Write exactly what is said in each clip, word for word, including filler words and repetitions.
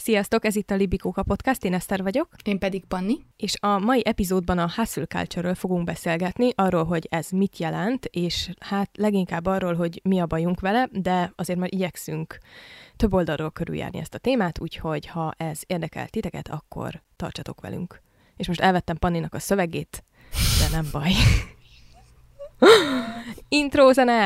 Sziasztok, ez itt a Libikóka Podcast, én Eszter vagyok. Én pedig Panni. És a mai epizódban a hustle culture-ről fogunk beszélgetni, arról, hogy ez mit jelent, és hát leginkább arról, hogy mi a bajunk vele, de azért már igyekszünk több oldalról körüljárni ezt a témát, úgyhogy ha ez érdekel titeket, akkor tartsatok velünk. És most elvettem Panninak a szövegét, de nem baj. Intro zene!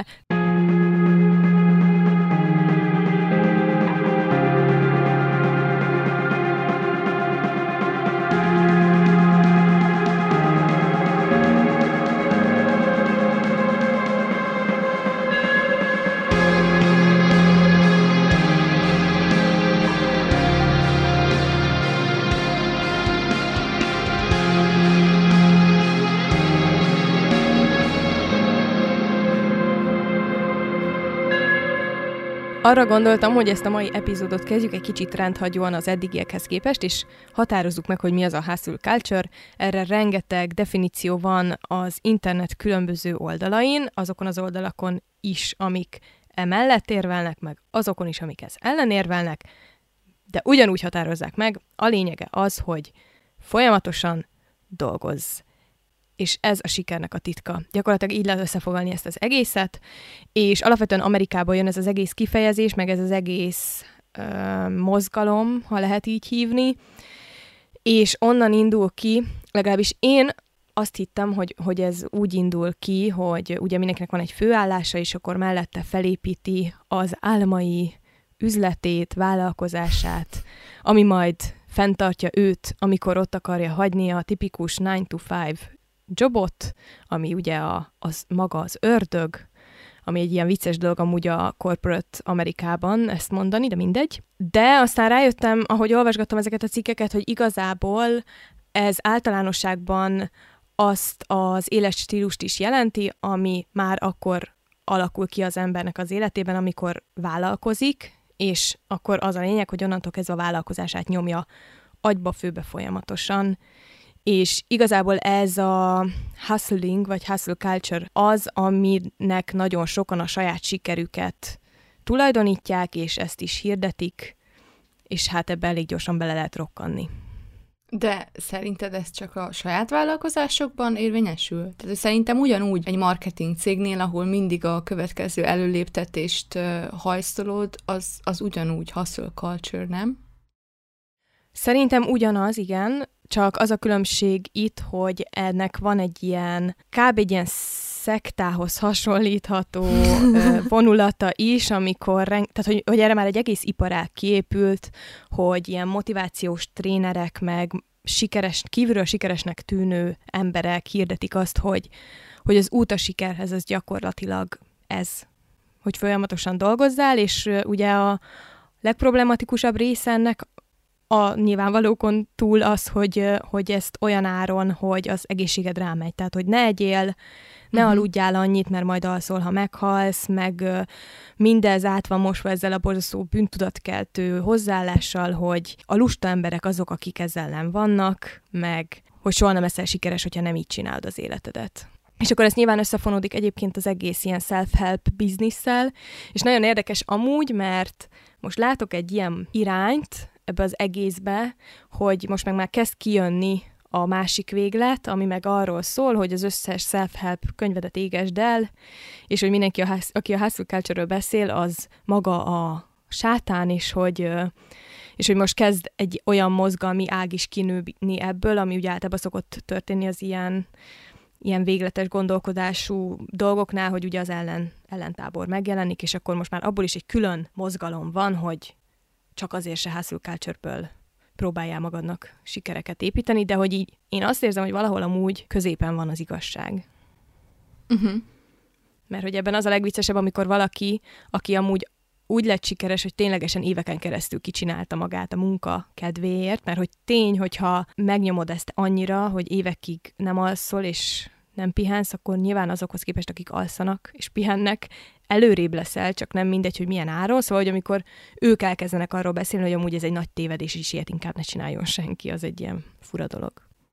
Arra gondoltam, hogy ezt a mai epizódot kezdjük egy kicsit rendhagyóan az eddigiekhez képest, és határozzuk meg, hogy mi az a hustle culture. Erre rengeteg definíció van az internet különböző oldalain, azokon az oldalakon is, amik emellett érvelnek, meg azokon is, amik ez ellenérvelnek, de ugyanúgy határozzák meg. A lényege az, hogy folyamatosan dolgozz. És ez a sikernek a titka. Gyakorlatilag így lehet összefoglalni ezt az egészet, és alapvetően Amerikából jön ez az egész kifejezés, meg ez az egész ö, mozgalom, ha lehet így hívni, és onnan indul ki, legalábbis én azt hittem, hogy, hogy ez úgy indul ki, hogy ugye mindenkinek van egy főállása, és akkor mellette felépíti az álmai üzletét, vállalkozását, ami majd fenntartja őt, amikor ott akarja hagyni a tipikus nine to five jobot, ami ugye a, az maga az ördög, ami egy ilyen vicces dolog amúgy a corporate Amerikában ezt mondani, de mindegy. De aztán rájöttem, ahogy olvasgattam ezeket a cikkeket, hogy igazából ez általánosságban azt az életstílust is jelenti, ami már akkor alakul ki az embernek az életében, amikor vállalkozik, és akkor az a lényeg, hogy onnantól kezdve a vállalkozását nyomja agyba-főbe folyamatosan. És igazából ez a hustling, vagy hustle culture az, aminek nagyon sokan a saját sikerüket tulajdonítják, és ezt is hirdetik, és hát ebbe elég gyorsan bele lehet rokkanni. De szerinted ez csak a saját vállalkozásokban érvényesül? Tehát szerintem ugyanúgy egy marketing cégnél, ahol mindig a következő előléptetést uh, hajszolod, az, az ugyanúgy hustle culture, nem? Szerintem ugyanaz, igen, csak az a különbség itt, hogy ennek van egy ilyen, kb. Egy ilyen szektához hasonlítható vonulata is, amikor, tehát hogy, hogy erre már egy egész iparág kiépült, hogy ilyen motivációs trénerek, meg sikeres, kívülről sikeresnek tűnő emberek hirdetik azt, hogy, hogy az út a sikerhez, az gyakorlatilag ez, hogy folyamatosan dolgozzál, és ugye a legproblematikusabb része ennek a nyilvánvalókon túl az, hogy, hogy ezt olyan áron, hogy az egészséged rámegy. Tehát, hogy ne egyél, ne uh-huh. aludjál annyit, mert majd alszol, ha meghalsz, meg mindez át van mosva ezzel a borzasztó bűntudatkeltő hozzáállással, hogy a lusta emberek azok, akik ezzel nem vannak, meg hogy soha nem leszel sikeres, hogyha nem így csinálod az életedet. És akkor ez nyilván összefonódik egyébként az egész ilyen self-help bizniszsel, és nagyon érdekes amúgy, mert most látok egy ilyen irányt ebbe az egészbe, hogy most meg már kezd kijönni a másik véglet, ami meg arról szól, hogy az összes self-help könyvedet égesd el, és hogy mindenki, a, aki a hustle culture-ről beszél, az maga a sátán, és hogy, és hogy most kezd egy olyan mozgalmi ág is kinőni ebből, ami ugye általában szokott történni az ilyen, ilyen végletes gondolkodású dolgoknál, hogy ugye az ellen, ellentábor megjelenik, és akkor most már abból is egy külön mozgalom van, hogy csak azért se hustle culture-ből próbáljál magadnak sikereket építeni, de hogy így én azt érzem, hogy valahol amúgy középen van az igazság. Uh-huh. Mert hogy ebben az a legviccesebb, amikor valaki, aki amúgy úgy lett sikeres, hogy ténylegesen éveken keresztül kicsinálta magát a munka kedvéért, mert hogy tény, hogyha megnyomod ezt annyira, hogy évekig nem alszol, és nem pihensz, akkor nyilván azokhoz képest, akik alszanak és pihennek, előrébb leszel, csak nem mindegy, hogy milyen áron. Szóval, hogy amikor ők elkezdenek arról beszélni, hogy amúgy ez egy nagy tévedés, és ilyet inkább ne csináljon senki, az egy ilyen fura dolog.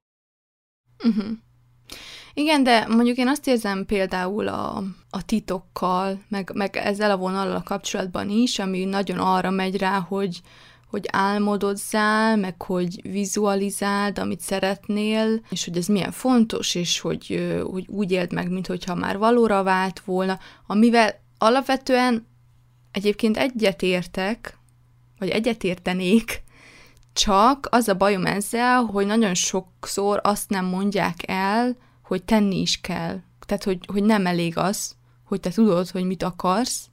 Uh-huh. Igen, de mondjuk én azt érzem például a, a titokkal, meg, meg ezzel a vonallal a kapcsolatban is, ami nagyon arra megy rá, hogy, hogy álmodozzál, meg hogy vizualizáld, amit szeretnél, és hogy ez milyen fontos, és hogy, hogy úgy éld meg, mintha már valóra vált volna, amivel alapvetően egyébként egyetértek, vagy egyetértenék, csak az a bajom ezzel, hogy nagyon sokszor azt nem mondják el, hogy tenni is kell. Tehát, hogy, hogy nem elég az, hogy te tudod, hogy mit akarsz,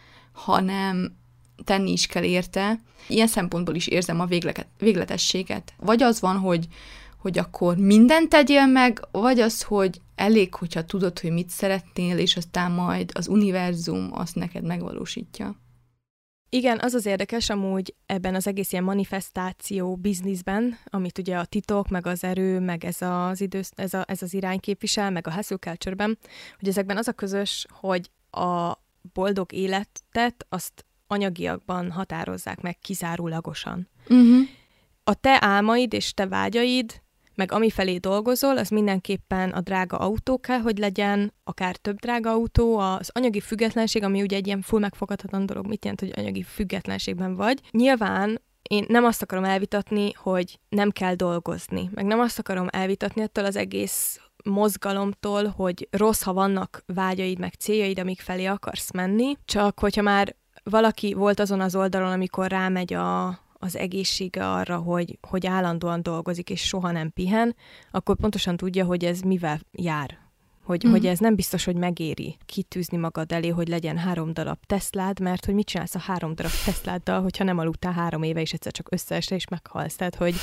hanem tenni is kell érte. Ilyen szempontból is érzem a végleket, végletességet. Vagy az van, hogy, hogy akkor mindent tegyél meg, vagy az, hogy elég, hogyha tudod, hogy mit szeretnél, és aztán majd az univerzum azt neked megvalósítja. Igen, az az érdekes amúgy ebben az egész ilyen manifestáció bizniszben, amit ugye a titok, meg az erő, meg ez az, idősz, ez, a, ez az irány képvisel, meg a hustle culture-ben, hogy ezekben az a közös, hogy a boldog életet azt anyagiakban határozzák meg kizárólagosan. Uh-huh. A te álmaid és te vágyaid, meg amifelé dolgozol, az mindenképpen a drága autó kell, hogy legyen, akár több drága autó, az anyagi függetlenség, ami ugye egy ilyen full megfoghatatlan dolog, mit jelent, hogy anyagi függetlenségben vagy. Nyilván én nem azt akarom elvitatni, hogy nem kell dolgozni, meg nem azt akarom elvitatni ettől az egész mozgalomtól, hogy rossz, ha vannak vágyaid, meg céljaid, amik felé akarsz menni, csak hogyha már valaki volt azon az oldalon, amikor rámegy a, az egészsége arra, hogy, hogy állandóan dolgozik, és soha nem pihen, akkor pontosan tudja, hogy ez mivel jár. Hogy, mm. hogy ez nem biztos, hogy megéri kitűzni magad elé, hogy legyen három darab Teslád, mert hogy mit csinálsz a három darab Tesláddal, hogyha nem aludtál három éve, és egyszer csak összeesel, és meghalsz. Tehát, hogy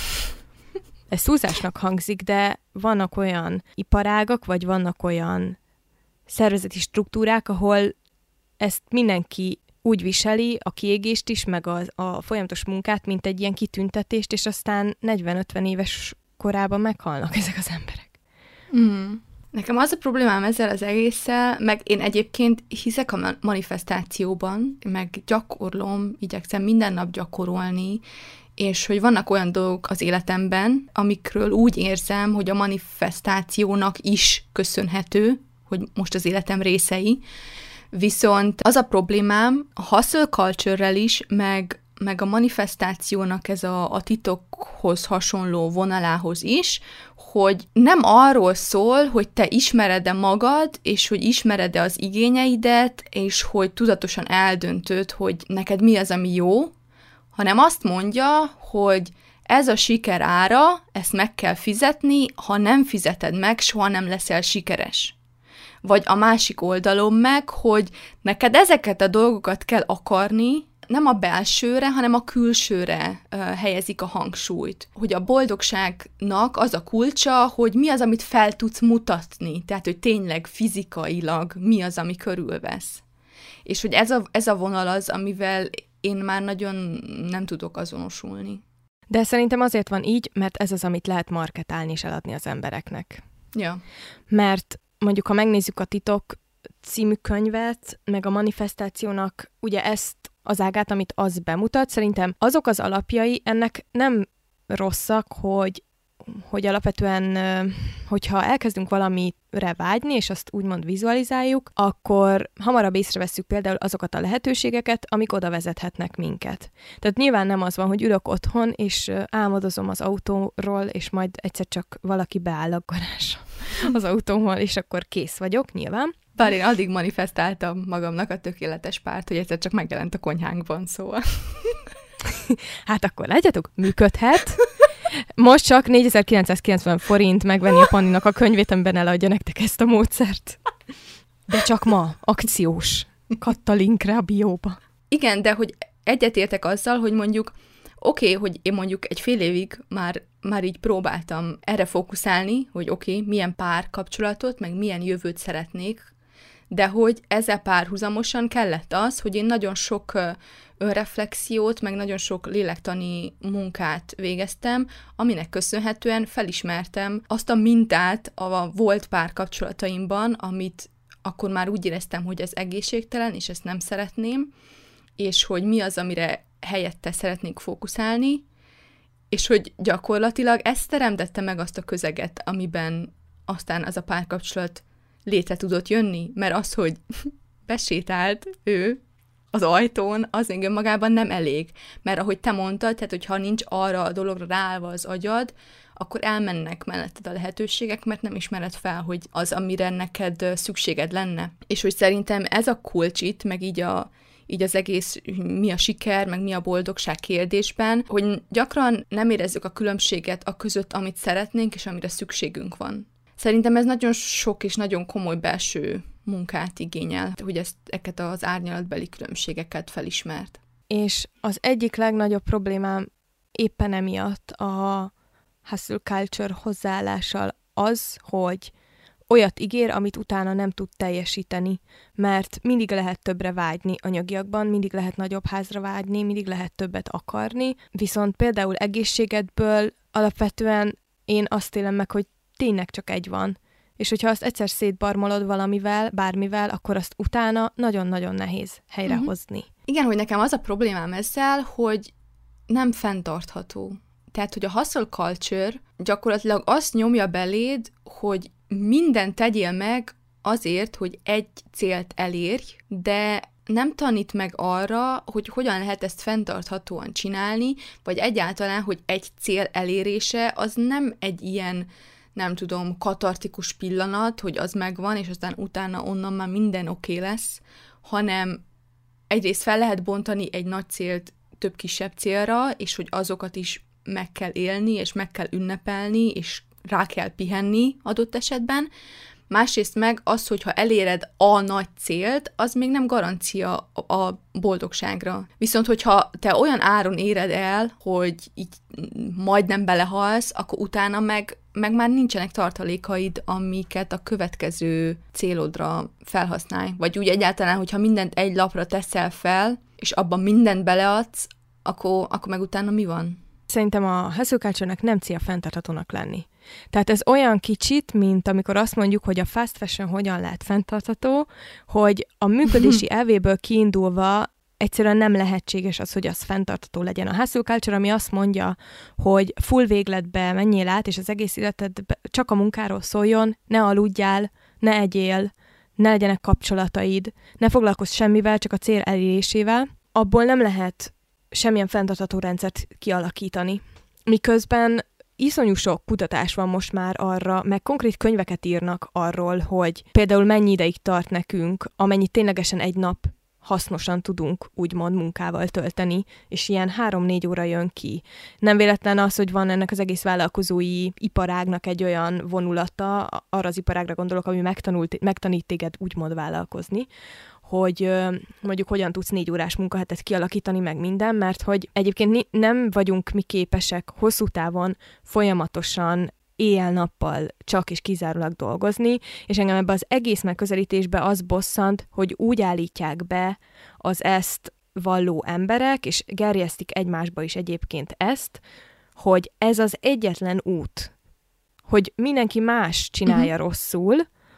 ez szúzásnak hangzik, de vannak olyan iparágak, vagy vannak olyan szervezeti struktúrák, ahol ezt mindenki úgy viseli, a kiégést is, meg a, a folyamatos munkát, mint egy ilyen kitüntetést, és aztán negyven-ötven éves korában meghalnak ezek az emberek. Mm. Nekem az a problémám ezzel az egésszel, meg én egyébként hiszek a manifestációban, meg gyakorlom, igyekszem minden nap gyakorolni, és hogy vannak olyan dolgok az életemben, amikről úgy érzem, hogy a manifestációnak is köszönhető, hogy most az életem részei. Viszont az a problémám a hustle culture-rel is, meg, meg a manifestációnak ez a, a titokhoz hasonló vonalához is, hogy nem arról szól, hogy te ismered-e magad, és hogy ismered-e az igényeidet, és hogy tudatosan eldöntöd, hogy neked mi az, ami jó, hanem azt mondja, hogy ez a siker ára, ezt meg kell fizetni, ha nem fizeted meg, soha nem leszel sikeres. Vagy a másik oldalon meg, hogy neked ezeket a dolgokat kell akarni, nem a belsőre, hanem a külsőre uh, helyezik a hangsúlyt. Hogy a boldogságnak az a kulcsa, hogy mi az, amit fel tudsz mutatni. Tehát, hogy tényleg fizikailag mi az, ami körülvesz. És hogy ez a, ez a vonal az, amivel én már nagyon nem tudok azonosulni. De szerintem azért van így, mert ez az, amit lehet marketálni és eladni az embereknek. Ja. Mert mondjuk, ha megnézzük a Titok című könyvet, meg a manifestációnak ugye ezt az ágát, amit az bemutat, szerintem azok az alapjai ennek nem rosszak, hogy, hogy alapvetően, hogyha elkezdünk valamire vágyni, és azt úgymond vizualizáljuk, akkor hamarabb észrevesszük például azokat a lehetőségeket, amik oda vezethetnek minket. Tehát nyilván nem az van, hogy ülök otthon, és álmodozom az autóról, és majd egyszer csak valaki beáll a garázsra az autómmal, és akkor kész vagyok, nyilván. Bár én addig manifestáltam magamnak a tökéletes párt, hogy egyszer csak megjelent a konyhánkban, szóval. Hát akkor látjátok, működhet. Most csak négyezer-kilencszázkilencven forint megvenni a Panninak a könyvét, amiben eladja nektek ezt a módszert. De csak ma, akciós. Katta linkre a bióba. Igen, de hogy egyetértek azzal, hogy mondjuk oké, okay, hogy én mondjuk egy fél évig már, már így próbáltam erre fókuszálni, hogy oké, okay, milyen párkapcsolatot, meg milyen jövőt szeretnék, de hogy ezzel párhuzamosan kellett az, hogy én nagyon sok önreflexiót, meg nagyon sok lélektani munkát végeztem, aminek köszönhetően felismertem azt a mintát a volt párkapcsolataimban, amit akkor már úgy éreztem, hogy ez egészségtelen, és ezt nem szeretném, és hogy mi az, amire helyette szeretnék fókuszálni, és hogy gyakorlatilag ez teremtette meg azt a közeget, amiben aztán az a párkapcsolat létre tudott jönni, mert az, hogy besétált ő az ajtón, az még önmagában nem elég. Mert ahogy te mondtad, tehát hogyha nincs arra a dologra ráállva az agyad, akkor elmennek melletted a lehetőségek, mert nem ismered fel, hogy az, amire neked szükséged lenne. És hogy szerintem ez a kulcs itt, meg így, a, így az egész mi a siker, meg mi a boldogság kérdésben, hogy gyakran nem érezzük a különbséget a között, amit szeretnénk, és amire szükségünk van. Szerintem ez nagyon sok és nagyon komoly belső munkát igényel, hogy ezt, ezeket az árnyalatbeli különbségeket felismert. És az egyik legnagyobb problémám éppen emiatt a hustle culture hozzáállással az, hogy olyat ígér, amit utána nem tud teljesíteni, mert mindig lehet többre vágyni anyagiakban, mindig lehet nagyobb házra vágyni, mindig lehet többet akarni, viszont például egészségedből alapvetően én azt élem meg, hogy tényleg csak egy van, és hogyha azt egyszer szétbarmolod valamivel, bármivel, akkor azt utána nagyon-nagyon nehéz helyrehozni. Uh-huh. Igen, hogy nekem az a problémám ezzel, hogy nem fenntartható. Tehát, hogy a hustle culture gyakorlatilag azt nyomja beléd, hogy mindent tegyél meg azért, hogy egy célt elérj, de nem tanít meg arra, hogy hogyan lehet ezt fenntarthatóan csinálni, vagy egyáltalán, hogy egy cél elérése az nem egy ilyen, nem tudom, katartikus pillanat, hogy az megvan, és aztán utána onnan már minden oké okay lesz, hanem egyrészt fel lehet bontani egy nagy célt több kisebb célra, és hogy azokat is meg kell élni, és meg kell ünnepelni, és rá kell pihenni adott esetben. Másrészt meg az, hogyha eléred a nagy célt, az még nem garancia a boldogságra. Viszont, hogyha te olyan áron éred el, hogy így majdnem belehalsz, akkor utána meg, meg már nincsenek tartalékaid, amiket a következő célodra felhasználj. Vagy úgy egyáltalán, hogyha mindent egy lapra teszel fel, és abban mindent beleadsz, akkor, akkor meg utána mi van? Szerintem a hustle culture-nek nem célja fenntarthatónak lenni. Tehát ez olyan kicsit, mint amikor azt mondjuk, hogy a fast fashion hogyan lehet fenntartható, hogy a működési elvéből kiindulva egyszerűen nem lehetséges az, hogy az fenntartható legyen. A hustle culture, ami azt mondja, hogy full végletbe menjél át, és az egész életed csak a munkáról szóljon, ne aludjál, ne egyél, ne legyenek kapcsolataid, ne foglalkozz semmivel, csak a cél elérésével, abból nem lehet semmilyen fenntartható rendszert kialakítani. Miközben iszonyú sok kutatás van most már arra, meg konkrét könyveket írnak arról, hogy például mennyi ideig tart nekünk, amennyit ténylegesen egy nap hasznosan tudunk úgymond munkával tölteni, és ilyen három-négy óra jön ki. Nem véletlen az, hogy van ennek az egész vállalkozói iparágnak egy olyan vonulata, arra az iparágra gondolok, ami megtanult, megtanít téged úgymond vállalkozni, hogy mondjuk hogyan tudsz négy órás munkahetet kialakítani, meg minden, mert hogy egyébként nem vagyunk mi képesek hosszú távon folyamatosan éjjel-nappal csak és kizárólag dolgozni, és engem ebbe az egész megközelítésbe az bosszant, hogy úgy állítják be az ezt valló emberek, és gerjesztik egymásba is egyébként ezt, hogy ez az egyetlen út, hogy mindenki más csinálja uh-huh. rosszul,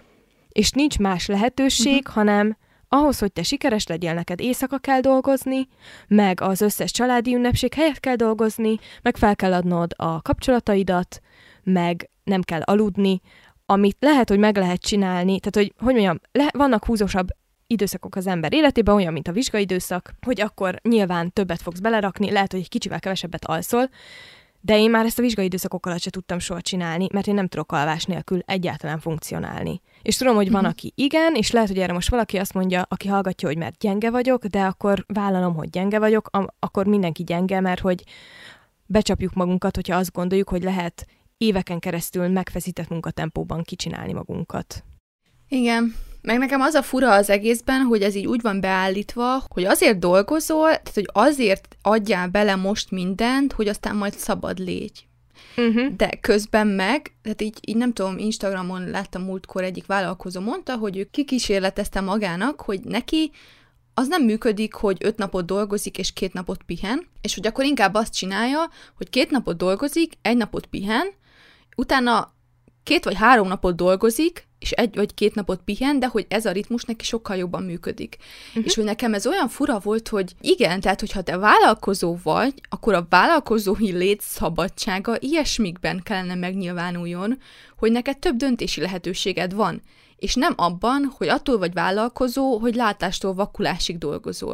és nincs más lehetőség, uh-huh. hanem ahhoz, hogy te sikeres legyél, neked éjszaka kell dolgozni, meg az összes családi ünnepség helyett kell dolgozni, meg fel kell adnod a kapcsolataidat, meg nem kell aludni, amit lehet, hogy meg lehet csinálni, tehát, hogy, hogy mondjam, le, vannak húzósabb időszakok az ember életében, olyan, mint a vizsgaidőszak, hogy akkor nyilván többet fogsz belerakni, lehet, hogy egy kicsivel kevesebbet alszol, de én már ezt a vizsgaidőszakok alatt se tudtam soha csinálni, mert én nem tudok alvás nélkül egyáltalán funkcionálni. És tudom, hogy van, aki igen, és lehet, hogy erre most valaki azt mondja, aki hallgatja, hogy mert gyenge vagyok, de akkor vállalom, hogy gyenge vagyok, am- akkor mindenki gyenge, mert hogy becsapjuk magunkat, hogyha azt gondoljuk, hogy lehet éveken keresztül megfeszített munkatempóban kicsinálni magunkat. Igen. Meg nekem az a fura az egészben, hogy ez így úgy van beállítva, hogy azért dolgozol, tehát hogy azért adjál bele most mindent, hogy aztán majd szabad légy. Uh-huh. De közben meg, tehát így, így nem tudom, Instagramon láttam múltkor egyik vállalkozó mondta, hogy ő kikísérletezte magának, hogy neki az nem működik, hogy öt napot dolgozik és két napot pihen, és hogy akkor inkább azt csinálja, hogy két napot dolgozik, egy napot pihen, utána két vagy három napot dolgozik, és egy vagy két napot pihen, de hogy ez a ritmus neki sokkal jobban működik. Uh-huh. És hogy nekem ez olyan fura volt, hogy igen, tehát hogyha te vállalkozó vagy, akkor a vállalkozói létszabadsága ilyesmikben kellene megnyilvánuljon, hogy neked több döntési lehetőséged van, és nem abban, hogy attól vagy vállalkozó, hogy látástól vakulásig dolgozol.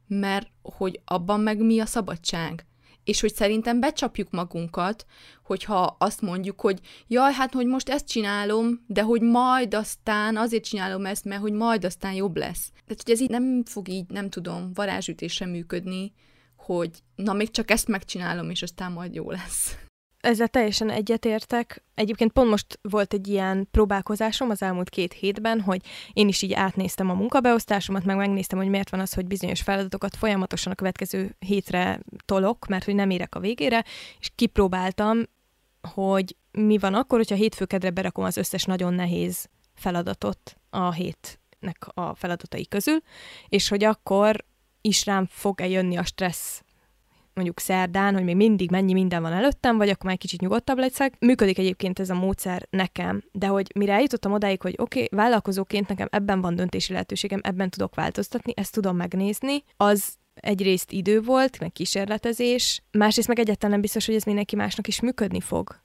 mert hogy abban meg mi a szabadság. És hogy szerintem becsapjuk magunkat, hogyha azt mondjuk, hogy jaj, hát, hogy most ezt csinálom, de hogy majd aztán azért csinálom ezt, mert hogy majd aztán jobb lesz. Tehát, hogy ez így nem fog így, nem tudom, varázsütésre működni, hogy na, még csak ezt megcsinálom, és aztán majd jó lesz. Ezzel teljesen egyetértek. Egyébként pont most volt egy ilyen próbálkozásom az elmúlt két hétben, hogy én is így átnéztem a munkabeosztásomat, meg megnéztem, hogy miért van az, hogy bizonyos feladatokat folyamatosan a következő hétre tolok, mert hogy nem érek a végére, és kipróbáltam, hogy mi van akkor, hogyha hétfő-kedre berakom az összes nagyon nehéz feladatot a hétnek a feladatai közül, és hogy akkor is rám fog-e jönni a stressz mondjuk szerdán, hogy még mindig mennyi minden van előttem, vagy akkor már egy kicsit nyugodtabb leszek. Működik egyébként ez a módszer nekem, de hogy mire eljutottam odáig, hogy oké, okay, vállalkozóként nekem ebben van döntési lehetőségem, ebben tudok változtatni, ezt tudom megnézni, az egyrészt idő volt, meg kísérletezés, másrészt meg egyáltalán nem biztos, hogy ez mindenki másnak is működni fog.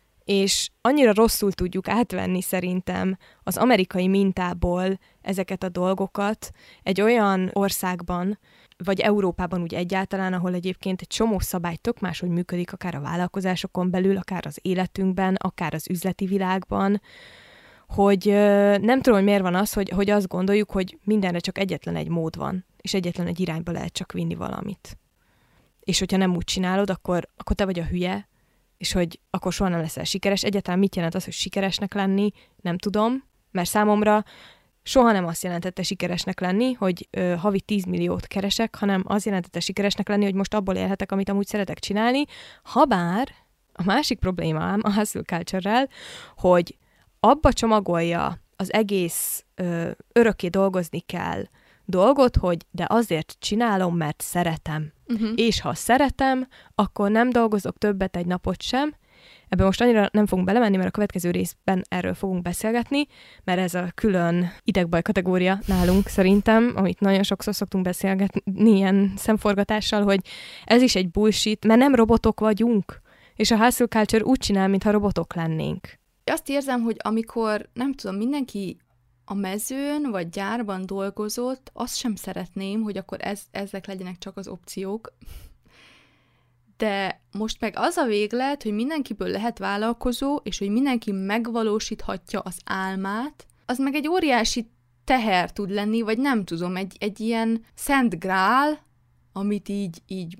És annyira rosszul tudjuk átvenni szerintem az amerikai mintából ezeket a dolgokat egy olyan országban, vagy Európában úgy egyáltalán, ahol egyébként egy csomó szabály tök máshogy működik, akár a vállalkozásokon belül, akár az életünkben, akár az üzleti világban, hogy nem tudom, hogy miért van az, hogy, hogy azt gondoljuk, hogy mindenre csak egyetlen egy mód van, és egyetlen egy irányba lehet csak vinni valamit. És hogyha nem úgy csinálod, akkor, akkor te vagy a hülye, és hogy akkor soha nem leszel sikeres. Egyáltalán mit jelent az, hogy sikeresnek lenni? Nem tudom, mert számomra soha nem azt jelentette sikeresnek lenni, hogy ö, havi tíz milliót keresek, hanem az jelentette sikeresnek lenni, hogy most abból élhetek, amit amúgy szeretek csinálni. Habár a másik problémám a hustle culture-rel, hogy abba csomagolja az egész ö, örökké dolgozni kell dolgot, hogy de azért csinálom, mert szeretem. Uh-huh. És ha szeretem, akkor nem dolgozok többet egy napot sem. Ebben most annyira nem fogunk belemenni, mert a következő részben erről fogunk beszélgetni, mert ez a külön idegbaj kategória nálunk szerintem, amit nagyon sokszor szoktunk beszélgetni ilyen szemforgatással, hogy ez is egy bullshit, mert nem robotok vagyunk, és a hustle culture úgy csinál, mintha robotok lennénk. Azt érzem, hogy amikor, nem tudom, mindenki a mezőn vagy gyárban dolgozott, azt sem szeretném, hogy akkor ez, ezek legyenek csak az opciók. De most meg az a véglet, hogy mindenkiből lehet vállalkozó, és hogy mindenki megvalósíthatja az álmát, az meg egy óriási teher tud lenni, vagy nem tudom, egy, egy ilyen szent grál, amit így, így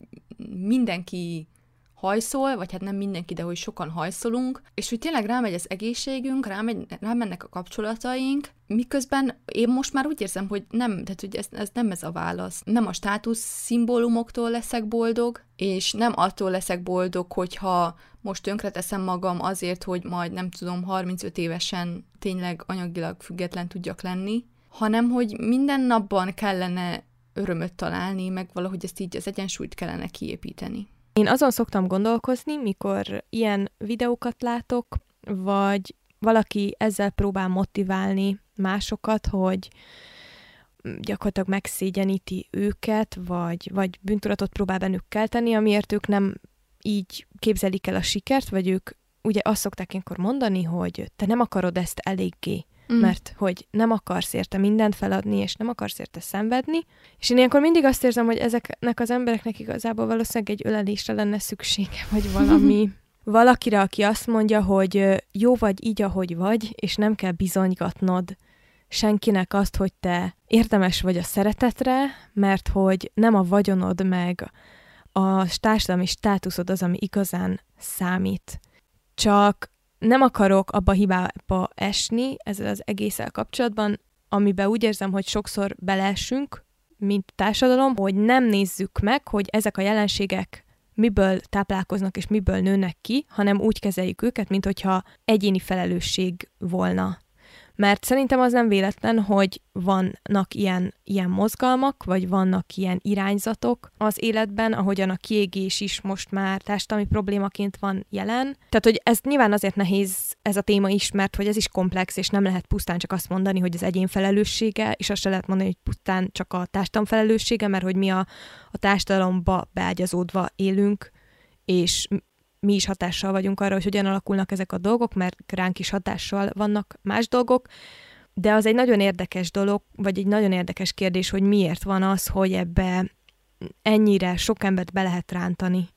mindenki hajszol, vagy hát nem mindenki, de hogy sokan hajszolunk, és hogy tényleg rámegy az egészségünk, rámegy, rámennek a kapcsolataink, miközben én most már úgy érzem, hogy nem, tehát hogy ez, ez nem ez a válasz. Nem a státusz szimbólumoktól leszek boldog, és nem attól leszek boldog, hogyha most tönkreteszem magam azért, hogy majd nem tudom, harmincöt évesen tényleg anyagilag független tudjak lenni, hanem hogy minden napban kellene örömöt találni, meg valahogy ezt így az egyensúlyt kellene kiépíteni. Én azon szoktam gondolkozni, mikor ilyen videókat látok, vagy valaki ezzel próbál motiválni másokat, hogy gyakorlatilag megszégyeníti őket, vagy, vagy bűntudatot próbál bennük kelteni, amiért ők nem így képzelik el a sikert, vagy ők ugye azt szokták ilyenkor mondani, hogy te nem akarod ezt eléggé, mm. mert hogy nem akarsz érte mindent feladni, és nem akarsz érte szenvedni. És én ilyenkor mindig azt érzem, hogy ezeknek az embereknek igazából valószínűleg egy ölelésre lenne szüksége, vagy valami valakire, aki azt mondja, hogy jó vagy így, ahogy vagy, és nem kell bizonygatnod senkinek azt, hogy te érdemes vagy a szeretetre, mert hogy nem a vagyonod meg a társadalmi státuszod az, ami igazán számít. Csak nem akarok abba a hibába esni ezzel az egésszel kapcsolatban, amiben úgy érzem, hogy sokszor beleesünk, mint társadalom, hogy nem nézzük meg, hogy ezek a jelenségek miből táplálkoznak és miből nőnek ki, hanem úgy kezeljük őket, mint hogyha egyéni felelősség volna. Mert szerintem az nem véletlen, hogy vannak ilyen, ilyen mozgalmak, vagy vannak ilyen irányzatok az életben, ahogyan a kiégés is most már társadalmi problémaként van jelen. Tehát, hogy ez nyilván azért nehéz ez a téma is, mert hogy ez is komplex, és nem lehet pusztán csak azt mondani, hogy az egyén felelőssége, és azt se lehet mondani, hogy pusztán csak a társadalom felelőssége, mert hogy mi a, a társadalomba beágyazódva élünk, és mi is hatással vagyunk arra, hogy hogyan alakulnak ezek a dolgok, mert ránk is hatással vannak más dolgok, de az egy nagyon érdekes dolog, vagy egy nagyon érdekes kérdés, hogy miért van az, hogy ebbe ennyire sok embert be lehet rántani,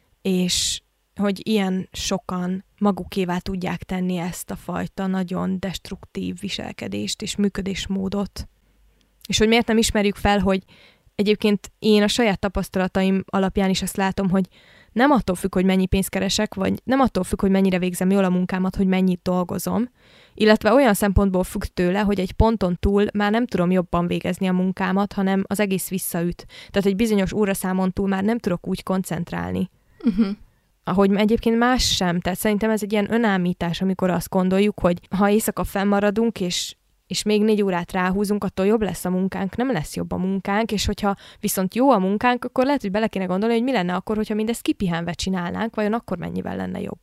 és hogy ilyen sokan magukévá tudják tenni ezt a fajta nagyon destruktív viselkedést és működésmódot. És hogy miért nem ismerjük fel, hogy egyébként én a saját tapasztalataim alapján is azt látom, hogy nem attól függ, hogy mennyi pénzt keresek, vagy nem attól függ, hogy mennyire végzem jól a munkámat, hogy mennyit dolgozom, illetve olyan szempontból függ tőle, hogy egy ponton túl már nem tudom jobban végezni a munkámat, hanem az egész visszaüt. Tehát egy bizonyos óraszámon túl már nem tudok úgy koncentrálni. Uh-huh. Ahogy egyébként más sem. Tehát szerintem ez egy ilyen önállítás, amikor azt gondoljuk, hogy ha éjszaka fennmaradunk, és és még négy órát ráhúzunk, attól jobb lesz a munkánk, nem lesz jobb a munkánk, és hogyha viszont jó a munkánk, akkor lehet, hogy bele kéne gondolni, hogy mi lenne akkor, hogyha mindezt kipihenve csinálnánk, vajon akkor mennyivel lenne jobb.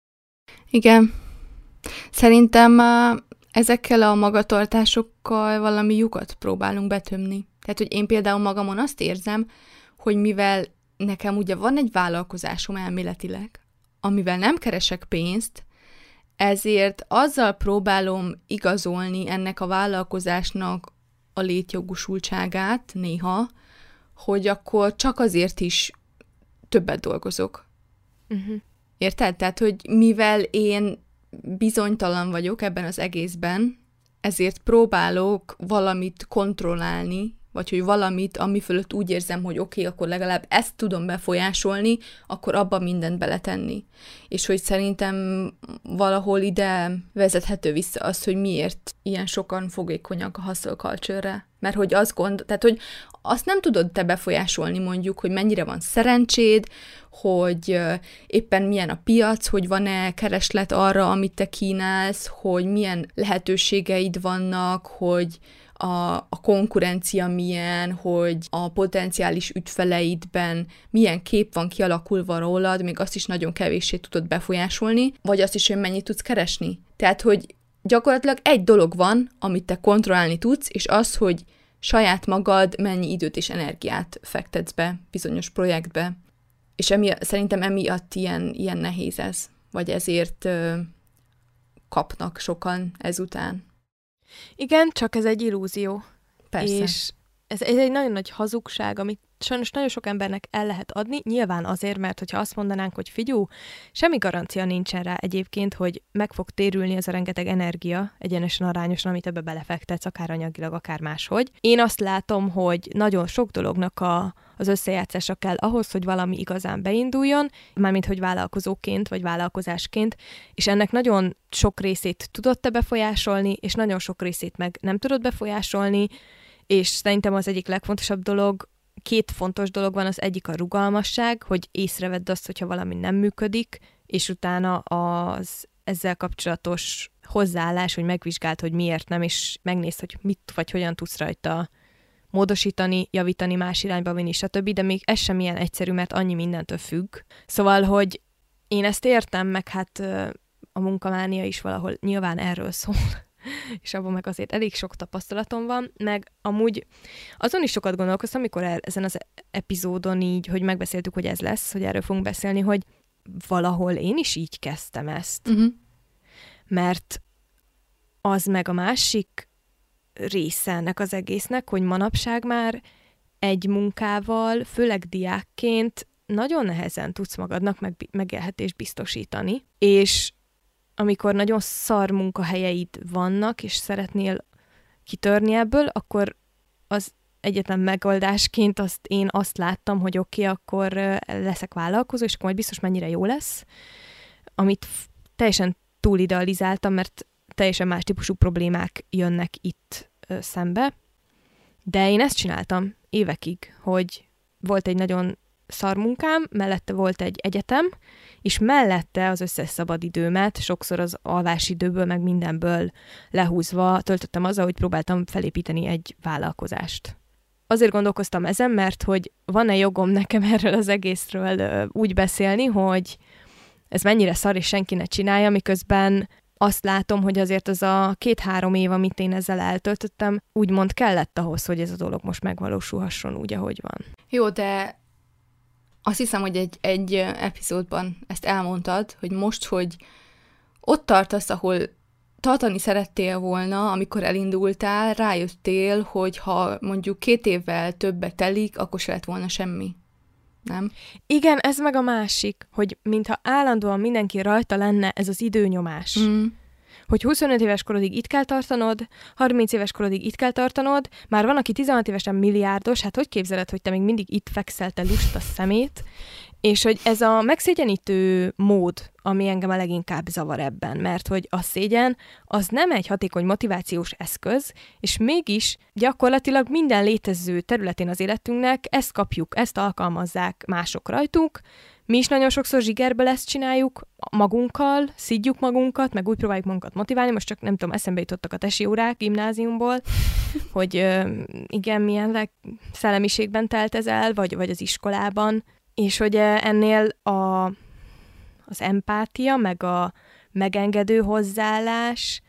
Igen. Szerintem uh, ezekkel a magatartásokkal valami lyukat próbálunk betömni. Tehát, hogy én például magamon azt érzem, hogy mivel nekem ugye van egy vállalkozásom elméletileg, amivel nem keresek pénzt, ezért azzal próbálom igazolni ennek a vállalkozásnak a létjogosultságát néha, hogy akkor csak azért is többet dolgozok. Uh-huh. Érted? Tehát, hogy mivel én bizonytalan vagyok ebben az egészben, ezért próbálok valamit kontrollálni, vagy hogy valamit, ami fölött úgy érzem, hogy oké, okay, akkor legalább ezt tudom befolyásolni, akkor abba mindent beletenni. És hogy szerintem valahol ide vezethető vissza az, hogy miért ilyen sokan fogékonyak a hustle culture-re. Mert hogy azt gond, tehát hogy azt nem tudod te befolyásolni mondjuk, hogy mennyire van szerencséd, hogy éppen milyen a piac, hogy van-e kereslet arra, amit te kínálsz, hogy milyen lehetőségeid vannak, hogy A, a konkurencia milyen, hogy a potenciális ügyfeleidben milyen kép van kialakulva rólad, még azt is nagyon kevéssé tudod befolyásolni, vagy azt is, hogy mennyit tudsz keresni. Tehát, hogy gyakorlatilag egy dolog van, amit te kontrollálni tudsz, és az, hogy saját magad mennyi időt és energiát fektetsz be bizonyos projektbe. És emi, szerintem emiatt ilyen, ilyen nehéz ez, vagy ezért ö, kapnak sokan ezután. Igen, csak ez egy illúzió. Persze. És ez, ez egy nagyon nagy hazugság, amit sajnos nagyon sok embernek el lehet adni, nyilván azért, mert hogyha azt mondanánk, hogy figyú, semmi garancia nincsen rá egyébként, hogy meg fog térülni ez a rengeteg energia, egyenesen arányosan, amit ebbe belefektetsz, akár anyagilag, akár máshogy. Én azt látom, hogy nagyon sok dolognak a, az összejátszása kell ahhoz, hogy valami igazán beinduljon, mármint hogy vállalkozóként, vagy vállalkozásként, és ennek nagyon sok részét tudod te befolyásolni, és nagyon sok részét meg nem tudod befolyásolni, és szerintem az egyik legfontosabb dolog, két fontos dolog van, az egyik a rugalmasság, hogy észrevedd azt, hogyha valami nem működik, és utána az ezzel kapcsolatos hozzáállás, hogy megvizsgáld, hogy miért nem, és megnézd, hogy mit vagy hogyan tudsz rajta módosítani, javítani, más irányba vinni, stb. De még ez sem ilyen egyszerű, mert annyi mindentől függ. Szóval, hogy én ezt értem, meg hát a munkamánia is valahol nyilván erről szól, és abban meg azért elég sok tapasztalatom van, meg amúgy azon is sokat gondolkoztam, amikor el, ezen az epizódon így, hogy megbeszéltük, hogy ez lesz, hogy erről fogunk beszélni, hogy valahol én is így kezdtem ezt. Uh-huh. Mert az meg a másik része ennek az egésznek, hogy manapság már egy munkával, főleg diákként nagyon nehezen tudsz magadnak meg, megélhetést biztosítani, és amikor nagyon szar munkahelyeid vannak, és szeretnél kitörni ebből, akkor az egyetlen megoldásként azt én azt láttam, hogy oké, okay, akkor leszek vállalkozó, és akkor majd biztos mennyire jó lesz, amit teljesen túl idealizáltam, mert teljesen más típusú problémák jönnek itt szembe. De én ezt csináltam évekig, hogy volt egy nagyon szar munkám, mellette volt egy egyetem, és mellette az összes szabadidőmet, sokszor az alvásidőből, meg mindenből lehúzva töltöttem azzal, hogy próbáltam felépíteni egy vállalkozást. Azért gondolkoztam ezen, mert hogy van-e jogom nekem erről az egészről úgy beszélni, hogy ez mennyire szar, és senki ne csinálja, miközben azt látom, hogy azért az a két-három év, amit én ezzel eltöltöttem, úgymond kellett ahhoz, hogy ez a dolog most megvalósulhasson úgy, ahogy van. Jó, de azt hiszem, hogy egy, egy epizódban ezt elmondtad, hogy most, hogy ott tartasz, ahol tartani szerettél volna, amikor elindultál, rájöttél, hogy ha mondjuk két évvel többet telik, akkor se lett volna semmi. Nem? Igen, ez meg a másik, hogy mintha állandóan mindenki rajta lenne ez az időnyomás. Mm. Hogy huszonöt éves korodig itt kell tartanod, harminc éves korodig itt kell tartanod, már van, aki tizenhat évesen milliárdos, hát hogy képzeled, hogy te még mindig itt fekszel, te lusta szemét, és hogy ez a megszégyenítő mód, ami engem a leginkább zavar ebben, mert hogy a szégyen az nem egy hatékony motivációs eszköz, és mégis gyakorlatilag minden létező területén az életünknek ezt kapjuk, ezt alkalmazzák mások rajtuk. Mi is nagyon sokszor zsigerből ezt csináljuk magunkkal, szidjuk magunkat, meg úgy próbáljuk magunkat motiválni, most csak nem tudom, eszembe jutottak a tesi órák gimnáziumból, hogy igen, milyen szellemiségben telt ez el, vagy, vagy az iskolában, és hogy ennél a, az empátia, meg a megengedő hozzáállás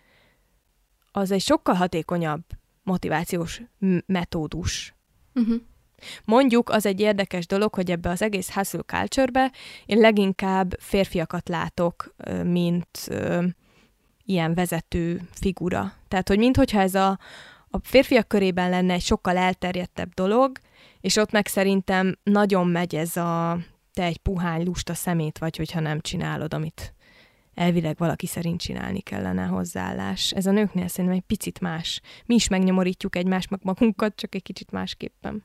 az egy sokkal hatékonyabb motivációs metódus. Uh-huh. Mondjuk az egy érdekes dolog, hogy ebbe az egész hustle culture-be én leginkább férfiakat látok, mint ö, ilyen vezető figura. Tehát, hogy minthogyha ez a, a férfiak körében lenne egy sokkal elterjedtebb dolog, és ott meg szerintem nagyon megy ez a te egy puhány lusta szemét vagy, hogyha nem csinálod, amit elvileg valaki szerint csinálni kellene hozzáállás. Ez a nőknél szerintem egy picit más. Mi is megnyomorítjuk egymást meg magunkat, csak egy kicsit másképpen.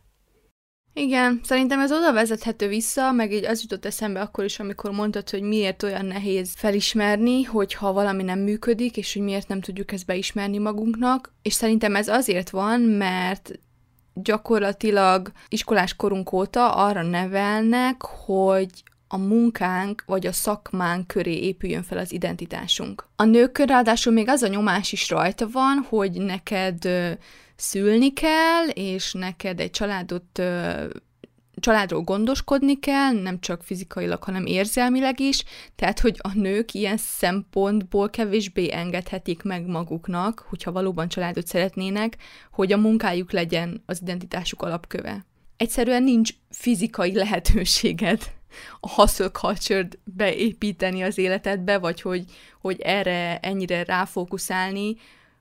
Igen, szerintem ez oda vezethető vissza, meg így az jutott eszembe akkor is, amikor mondtad, hogy miért olyan nehéz felismerni, hogyha valami nem működik, és hogy miért nem tudjuk ezt beismerni magunknak, és szerintem ez azért van, mert gyakorlatilag iskolás korunk óta arra nevelnek, hogy a munkánk vagy a szakmánk köré épüljön fel az identitásunk. A nőkön ráadásul még az a nyomás is rajta van, hogy neked szülni kell, és neked egy családot, családról gondoskodni kell, nem csak fizikailag, hanem érzelmileg is, tehát, hogy a nők ilyen szempontból kevésbé engedhetik meg maguknak, hogyha valóban családot szeretnének, hogy a munkájuk legyen az identitásuk alapköve. Egyszerűen nincs fizikai lehetőséged a hustle culture-t beépíteni az életedbe, vagy hogy, hogy erre ennyire ráfókuszálni,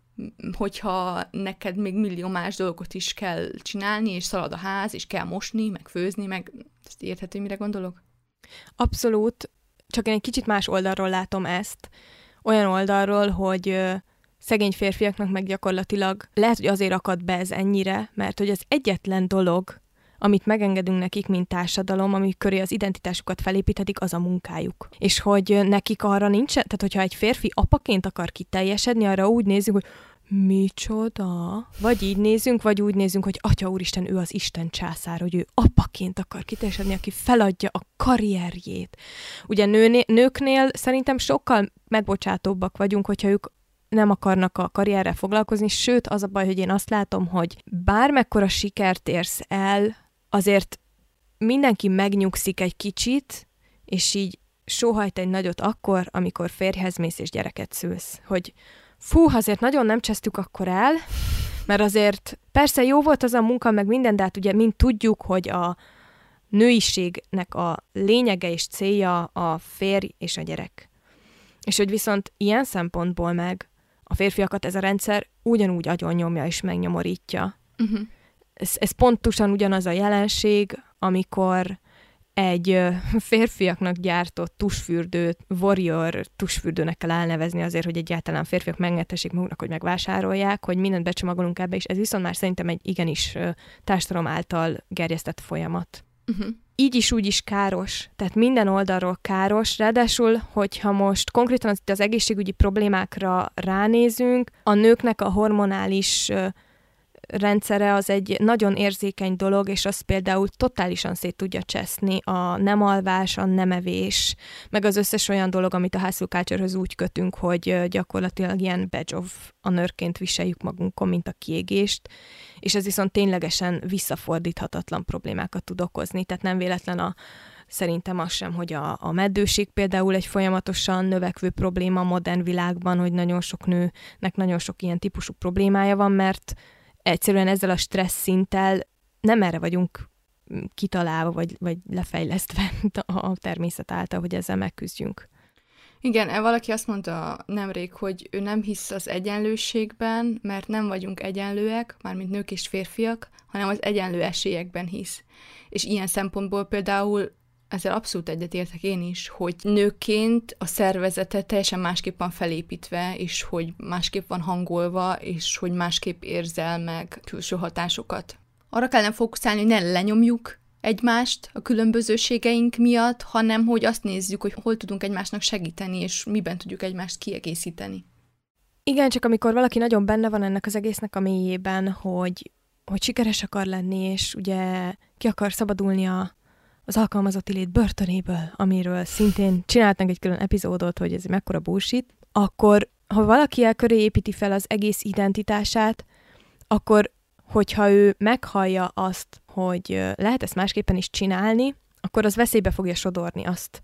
hogyha neked még millió más dolgot is kell csinálni, és szalad a ház, és kell mosni, meg főzni, meg ezt érthető, mire gondolok? Abszolút, csak én egy kicsit más oldalról látom ezt. Olyan oldalról, hogy ö, szegény férfiaknak meg gyakorlatilag lehet, hogy azért akad be ez ennyire, mert hogy az egyetlen dolog, amit megengedünk nekik, mint társadalom, ami köré az identitásukat felépíthetik, az a munkájuk. És hogy nekik arra nincs, tehát hogyha egy férfi apaként akar kiteljesedni, arra úgy nézzük, hogy micsoda? Vagy így nézünk, vagy úgy nézünk, hogy Atya Úristen, ő az Isten császár, hogy ő apaként akar kiteljesedni, aki feladja a karrierjét. Ugye nőné, nőknél szerintem sokkal megbocsátóbbak vagyunk, hogyha ők nem akarnak a karrierrel foglalkozni, sőt, az a baj, hogy én azt látom, hogy bármekkora sikert érsz el, azért mindenki megnyugszik egy kicsit, és így sóhajt egy nagyot akkor, amikor férjhez mész és gyereket szülsz. Hogy fú, azért nagyon nem csesztük akkor el, mert azért persze jó volt az a munka, meg minden, de hát ugye mind tudjuk, hogy a nőiségnek a lényege és célja a férj és a gyerek. És hogy viszont ilyen szempontból meg a férfiakat ez a rendszer ugyanúgy agyonnyomja és megnyomorítja. Uh-huh. Ez, ez pontosan ugyanaz a jelenség, amikor egy férfiaknak gyártott tusfürdőt, warrior tusfürdőnek kell elnevezni azért, hogy egyáltalán férfiak megengedhessék maguknak, hogy megvásárolják, hogy mindent becsomagolunk ebbe, és ez viszont már szerintem egy igenis társadalom által gerjesztett folyamat. Uh-huh. Így is úgy is káros, tehát minden oldalról káros, ráadásul, hogyha most konkrétan az, az egészségügyi problémákra ránézünk, a nőknek a hormonális rendszere az egy nagyon érzékeny dolog, és az például totálisan szét tudja cseszni a nem alvás, a nem evés, meg az összes olyan dolog, amit a hustle culture-höz úgy kötünk, hogy gyakorlatilag ilyen badge of honorként viseljük magunkon, mint a kiégést, és ez viszont ténylegesen visszafordíthatatlan problémákat tud okozni, tehát nem véletlen a Szerintem az sem, hogy a, a meddőség például egy folyamatosan növekvő probléma a modern világban, hogy nagyon sok nőnek nagyon sok ilyen típusú problémája van, mert egyszerűen ezzel a stressz szinttel nem erre vagyunk kitalálva, vagy, vagy lefejlesztve a természet által, hogy ezzel megküzdjünk. Igen, valaki azt mondta nemrég, hogy ő nem hisz az egyenlőségben, mert nem vagyunk egyenlőek, mármint nők és férfiak, hanem az egyenlő esélyekben hisz. És ilyen szempontból például ezzel abszolút egyetértek én is, hogy nőként a szervezete teljesen másképp van felépítve, és hogy másképp van hangolva, és hogy másképp érzel meg külső hatásokat. Arra kellene fókuszálni, hogy ne lenyomjuk egymást a különbözőségeink miatt, hanem hogy azt nézzük, hogy hol tudunk egymásnak segíteni, és miben tudjuk egymást kiegészíteni. Igen, csak amikor valaki nagyon benne van ennek az egésznek a mélyében, hogy, hogy sikeres akar lenni, és ugye ki akar szabadulni a, az alkalmazotti lét börtönéből, amiről szintén csináltunk egy külön epizódot, hogy ez mekkora bullshit, akkor ha valaki el köré építi fel az egész identitását, akkor hogyha ő meghallja azt, hogy lehet ezt másképpen is csinálni, akkor az veszélybe fogja sodorni azt,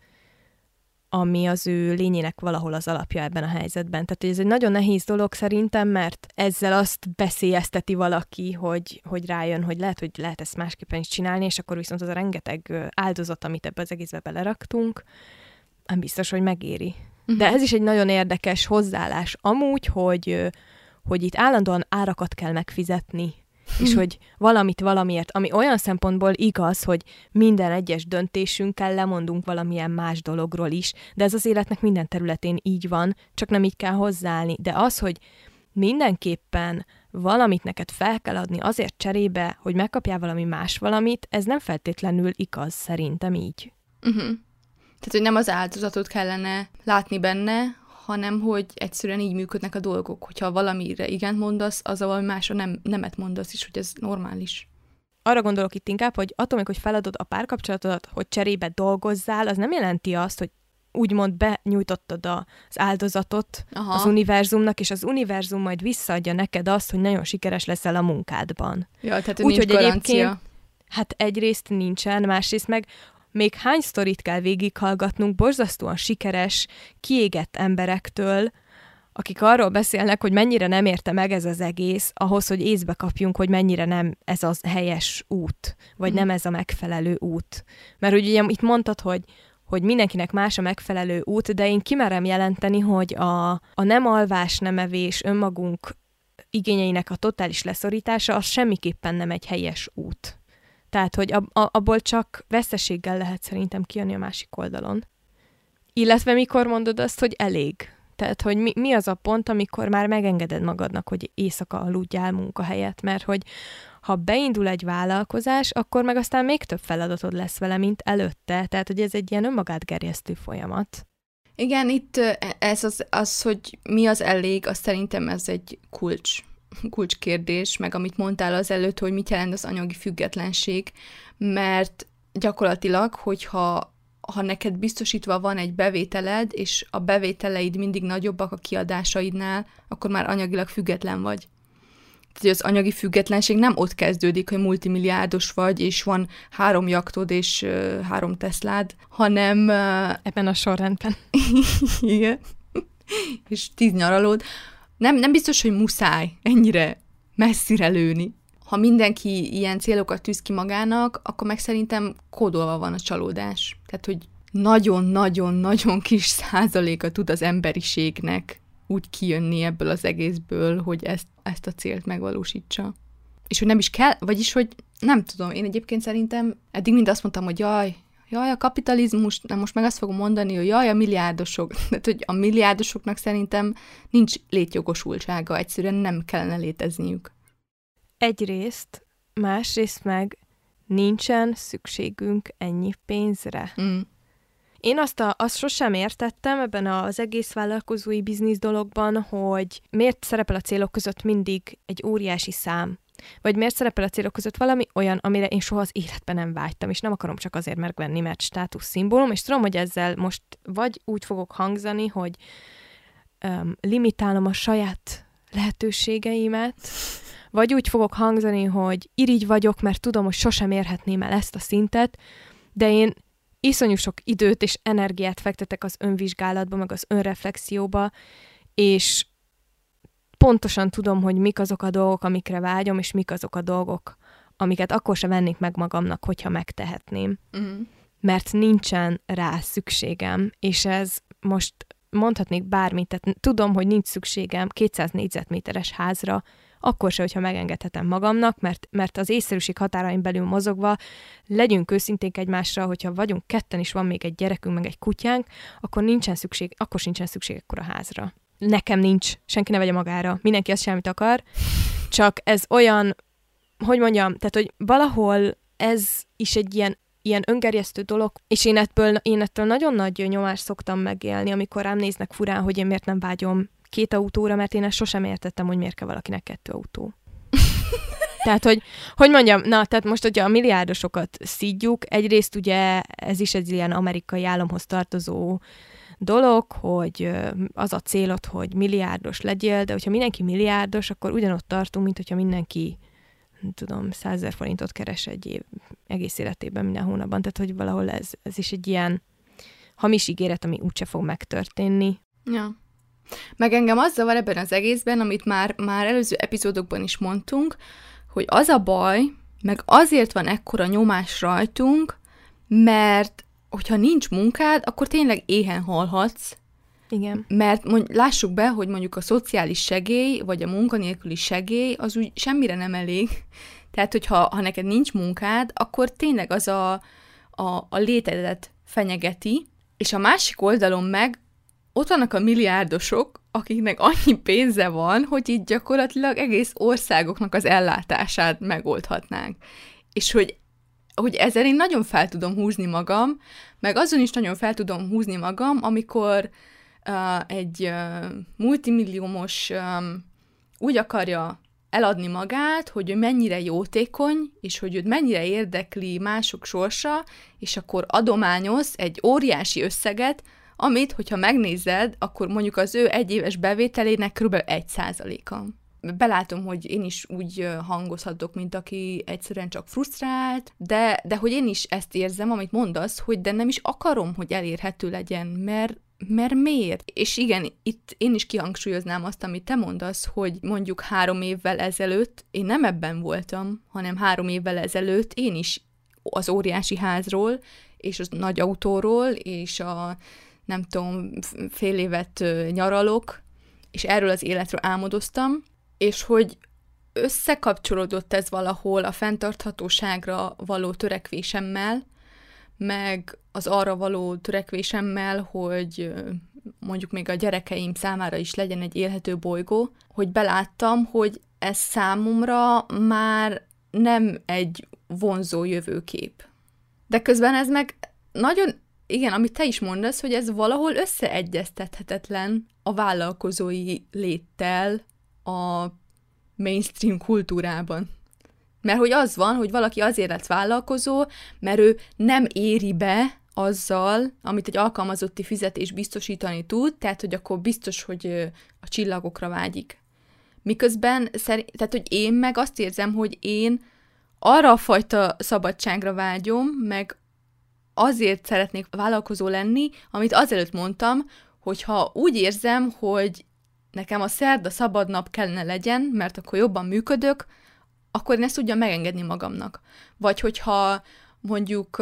ami az ő lényének valahol az alapja ebben a helyzetben. Tehát ez egy nagyon nehéz dolog szerintem, mert ezzel azt beszélyezteti valaki, hogy, hogy rájön, hogy lehet, hogy lehet ezt másképpen is csinálni, és akkor viszont az a rengeteg áldozat, amit ebbe az egészbe beleraktunk, nem biztos, hogy megéri. Uh-huh. De ez is egy nagyon érdekes hozzáállás amúgy, hogy, hogy itt állandóan árakat kell megfizetni, és hogy valamit valamiért, ami olyan szempontból igaz, hogy minden egyes döntésünkkel lemondunk valamilyen más dologról is, de ez az életnek minden területén így van, csak nem így kell hozzáállni. De az, hogy mindenképpen valamit neked fel kell adni azért cserébe, hogy megkapjál valami más valamit, ez nem feltétlenül igaz, szerintem így. Uh-huh. Tehát, hogy nem az áldozatot kellene látni benne, hanem hogy egyszerűen így működnek a dolgok. Hogyha valamire igent mondasz, az a valami másra nem, nemet mondasz is, hogy ez normális. Arra gondolok itt inkább, hogy attól még, hogy feladod a párkapcsolatodat, hogy cserébe dolgozzál, az nem jelenti azt, hogy úgymond benyújtottad az áldozatot Aha. az univerzumnak, és az univerzum majd visszaadja neked azt, hogy nagyon sikeres leszel a munkádban. Ja, tehát Úgy, nincs hogy garancia. Hát egyrészt nincsen, másrészt meg még hány sztorit kell végighallgatnunk borzasztóan sikeres, kiégett emberektől, akik arról beszélnek, hogy mennyire nem érte meg ez az egész, ahhoz, hogy észbe kapjunk, hogy mennyire nem ez az helyes út, vagy mm. nem ez a megfelelő út. Mert ugye itt mondtad, hogy, hogy mindenkinek más a megfelelő út, de én kimerem jelenteni, hogy a, a nem alvás, nem evés, önmagunk igényeinek a totális leszorítása, az semmiképpen nem egy helyes út. Tehát, hogy ab, abból csak veszteséggel lehet szerintem kijönni a másik oldalon. Illetve mikor mondod azt, hogy elég. Tehát, hogy mi, mi az a pont, amikor már megengeded magadnak, hogy éjszaka aludjál munkahelyet, mert hogy ha beindul egy vállalkozás, akkor meg aztán még több feladatod lesz vele, mint előtte. Tehát, hogy ez egy ilyen önmagát gerjesztő folyamat. Igen, itt ez az, az, hogy mi az elég, az szerintem ez egy kulcs. kulcskérdés, meg amit mondtál az előtt, hogy mit jelent az anyagi függetlenség, mert gyakorlatilag, hogyha ha neked biztosítva van egy bevételed, és a bevételeid mindig nagyobbak a kiadásaidnál, akkor már anyagilag független vagy. Tehát az anyagi függetlenség nem ott kezdődik, hogy multimilliárdos vagy, és van három jachtod és uh, három Teslád, hanem... Uh, ebben a sorrendben. Igen. És tíz nyaralód. Nem, nem biztos, hogy muszáj ennyire messzire lőni. Ha mindenki ilyen célokat tűz ki magának, akkor meg szerintem kódolva van a csalódás. Tehát, hogy nagyon-nagyon-nagyon kis százaléka tud az emberiségnek úgy kijönni ebből az egészből, hogy ezt, ezt a célt megvalósítsa. És hogy nem is kell, vagyis, hogy nem tudom, én egyébként szerintem eddig mind azt mondtam, hogy jaj, jaj, a kapitalizmus, nem most meg azt fogom mondani, hogy jaj, a milliárdosok. Tehát, hogy a milliárdosoknak szerintem nincs létjogosultsága, egyszerűen nem kellene létezniük. Egyrészt, másrészt meg nincsen szükségünk ennyi pénzre. Mm. Én azt, a, azt sosem értettem ebben az egész vállalkozói biznisz dologban, hogy miért szerepel a célok között mindig egy óriási szám. Vagy miért szerepel a célok között valami olyan, amire én soha az életben nem vágytam, és nem akarom csak azért megvenni, mert státuszszimbólum, és tudom, hogy ezzel most vagy úgy fogok hangzani, hogy um, limitálom a saját lehetőségeimet, vagy úgy fogok hangzani, hogy irigy vagyok, mert tudom, hogy sosem érhetném el ezt a szintet, de én iszonyú sok időt és energiát fektetek az önvizsgálatba, meg az önreflexióba, és pontosan tudom, hogy mik azok a dolgok, amikre vágyom, és mik azok a dolgok, amiket akkor sem vennék meg magamnak, hogyha megtehetném. Uh-huh. Mert nincsen rá szükségem, és ez most mondhatnék bármit, tehát tudom, hogy nincs szükségem kétszáz négyzetméteres házra, akkor se, hogyha megengedhetem magamnak, mert, mert az észszerűség határain belül mozogva legyünk őszinték egymásra, hogyha vagyunk ketten is van még egy gyerekünk, meg egy kutyánk, akkor nincsen szükség, akkor sincsen szükség ekkora házra. Nekem nincs, senki ne vegye magára, mindenki azt semmit akar, csak ez olyan, hogy mondjam, tehát, hogy valahol ez is egy ilyen, ilyen öngerjesztő dolog, és én ettől, én ettől nagyon nagy nyomást szoktam megélni, amikor rám néznek furán, hogy én miért nem vágyom két autóra, mert én ezt sosem értettem, hogy miért kell valakinek kettő autó. Tehát, hogy, hogy mondjam, na, tehát most, hogyha a milliárdosokat szídjuk, egyrészt ugye ez is egy ilyen amerikai államhoz tartozó dolog, hogy az a célod, hogy milliárdos legyél, de hogyha mindenki milliárdos, akkor ugyanott tartunk, mint hogyha mindenki, nem tudom, százezer forintot keres egy év, egész életében minden hónapban. Tehát, hogy valahol ez, ez is egy ilyen hamis ígéret, ami úgyse fog megtörténni. Ja. Meg engem az zavar ebben az egészben, amit már, már előző epizódokban is mondtunk, hogy az a baj, meg azért van ekkora nyomás rajtunk, mert hogyha nincs munkád, akkor tényleg éhen halhatsz. Igen. Mert mondj, lássuk be, hogy mondjuk a szociális segély, vagy a munkanélküli segély, az úgy semmire nem elég. Tehát, hogyha ha neked nincs munkád, akkor tényleg az a, a, a létedet fenyegeti, és a másik oldalon meg ott vannak a milliárdosok, akiknek annyi pénze van, hogy így gyakorlatilag egész országoknak az ellátását megoldhatnánk. És hogy, hogy ezzel én nagyon fel tudom húzni magam, meg azon is nagyon fel tudom húzni magam, amikor uh, egy uh, multimilliómos um, úgy akarja eladni magát, hogy ő mennyire jótékony, és hogy őt mennyire érdekli mások sorsa, és akkor adományoz egy óriási összeget, amit, hogyha megnézed, akkor mondjuk az ő egyéves bevételének kb. egy százaléka. Belátom, hogy én is úgy hangozhatok, mint aki egyszerűen csak frusztrált, de, de hogy én is ezt érzem, amit mondasz, hogy de nem is akarom, hogy elérhető legyen, mert Mert miért? És igen, itt én is kihangsúlyoznám azt, amit te mondasz, hogy mondjuk három évvel ezelőtt én nem ebben voltam, hanem három évvel ezelőtt én is az óriási házról, és az nagy autóról, és a nem tudom, fél évet nyaralok, és erről az életről álmodoztam, és hogy összekapcsolódott ez valahol a fenntarthatóságra való törekvésemmel, meg az arra való törekvésemmel, hogy mondjuk még a gyerekeim számára is legyen egy élhető bolygó, hogy beláttam, hogy ez számomra már nem egy vonzó jövőkép. De közben ez meg nagyon, igen, amit te is mondasz, hogy ez valahol összeegyeztethetetlen a vállalkozói léttel a mainstream kultúrában. Mert hogy az van, hogy valaki azért lett vállalkozó, mert ő nem éri be azzal, amit egy alkalmazotti fizetés biztosítani tud, tehát, hogy akkor biztos, hogy a csillagokra vágyik. Miközben, szerint, tehát, hogy én meg azt érzem, hogy én arra a fajta szabadságra vágyom, meg azért szeretnék vállalkozó lenni, amit azelőtt mondtam, hogyha úgy érzem, hogy nekem a szerda szabad nap kellene legyen, mert akkor jobban működök, akkor én ezt tudjam megengedni magamnak. Vagy hogyha mondjuk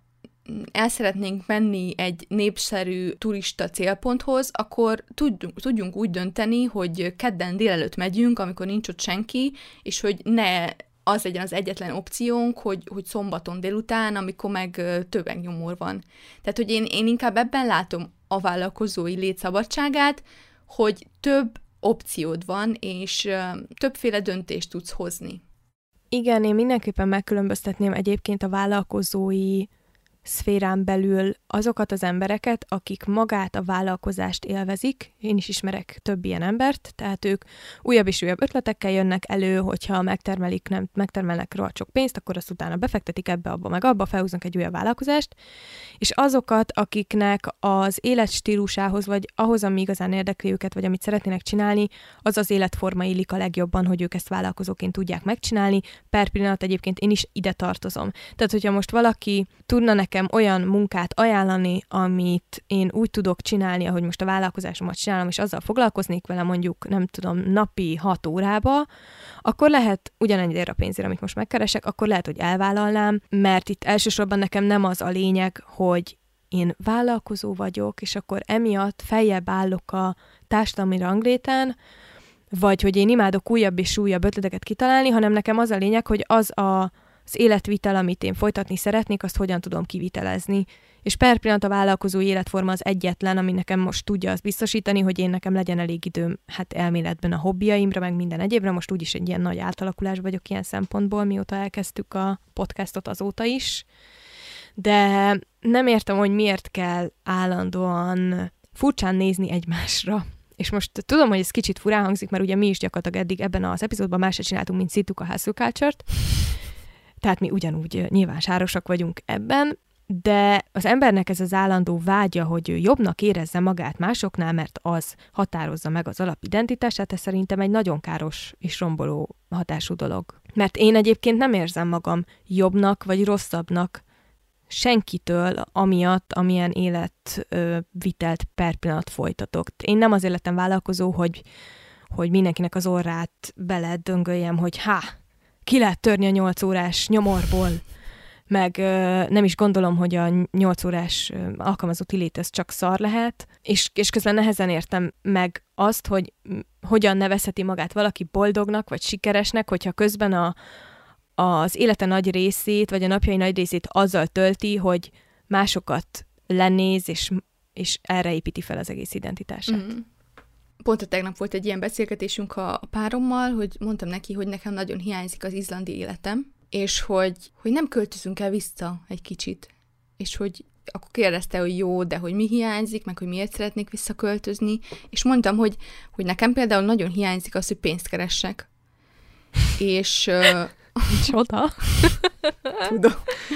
el szeretnénk menni egy népszerű turista célponthoz, akkor tudjunk, tudjunk úgy dönteni, hogy kedden délelőtt megyünk, amikor nincs ott senki, és hogy ne az legyen az egyetlen opciónk, hogy, hogy szombaton délután, amikor meg tömegnyomor van. Tehát, hogy én, én inkább ebben látom a vállalkozói létszabadságát, hogy több opciód van, és többféle döntést tudsz hozni. Igen, én mindenképpen megkülönböztetném egyébként a vállalkozói szférán belül azokat az embereket, akik magát a vállalkozást élvezik. Én is ismerek több ilyen embert, tehát ők újabb és újabb ötletekkel jönnek elő, hogyha megtermelik, nem, megtermelnek rohadt sok pénzt, akkor azt utána befektetik ebbe, abba, meg abba, felhúznak egy újabb vállalkozást, és azokat, akiknek az életstílusához, vagy ahhoz, ami igazán érdekli őket, vagy amit szeretnének csinálni, az az életforma illik a legjobban, hogy ők ezt vállalkozóként tudják megcsinálni. Per pillanat egyébként én is ide tartozom. Tehát, hogyha most valaki tudna nekem olyan munkát ajánlani, amit én úgy tudok csinálni, ahogy most a vállalkozásomat csinálom, és azzal foglalkoznék vele mondjuk, nem tudom, napi hat órába, akkor lehet ugyanennyire a pénzért, amit most megkeresek, akkor lehet, hogy elvállalnám, mert itt elsősorban nekem nem az a lényeg, hogy én vállalkozó vagyok, és akkor emiatt feljebb állok a társadalmi rangléten, vagy hogy én imádok újabb és újabb ötleteket kitalálni, hanem nekem az a lényeg, hogy az a, az életvitel, amit én folytatni szeretnék, azt hogyan tudom kivitelezni. És per pillanat a vállalkozói életforma az egyetlen, ami nekem most tudja azt biztosítani, hogy én nekem legyen elég időm, hát elméletben a hobbiaimra, meg minden egyébre. Most úgyis egy ilyen nagy átalakulás vagyok ilyen szempontból, mióta elkezdtük a podcastot azóta is. De nem értem, hogy miért kell állandóan furcsán nézni egymásra. És most tudom, hogy ez kicsit furán hangzik, mert ugye mi is gyakorlatilag eddig ebben az epizódban más se csináltunk, mint szittuk a hustle culture-t. Tehát mi ugyanúgy nyilván sárosak vagyunk ebben, de az embernek ez az állandó vágya, hogy ő jobbnak érezze magát másoknál, mert az határozza meg az alapidentitását, ez szerintem egy nagyon káros és romboló hatású dolog. Mert én egyébként nem érzem magam jobbnak vagy rosszabbnak senkitől, amiatt, amilyen életvitelt per pillanat folytatok. Én nem azért lettem vállalkozó, hogy, hogy mindenkinek az orrát beledöngöljem, hogy há, ki lehet törni a nyolc órás nyomorból, meg ö, nem is gondolom, hogy a nyolc órás ö, alkalmazotti lét ez csak szar lehet, és, és közben nehezen értem meg azt, hogy m- hogyan nevezheti magát valaki boldognak, vagy sikeresnek, hogyha közben a, az élete nagy részét, vagy a napjai nagy részét azzal tölti, hogy másokat lenéz, és, és erre építi fel az egész identitását. Mm. Pont a tegnap volt egy ilyen beszélgetésünk a párommal, hogy mondtam neki, hogy nekem nagyon hiányzik az izlandi életem, és hogy, hogy nem költözünk el vissza egy kicsit. És hogy akkor kérdezte, hogy jó, de hogy mi hiányzik, meg hogy miért szeretnék visszaköltözni. És mondtam, hogy, hogy nekem például nagyon hiányzik az, hogy pénzt keressek. És... Csoda. Tudom.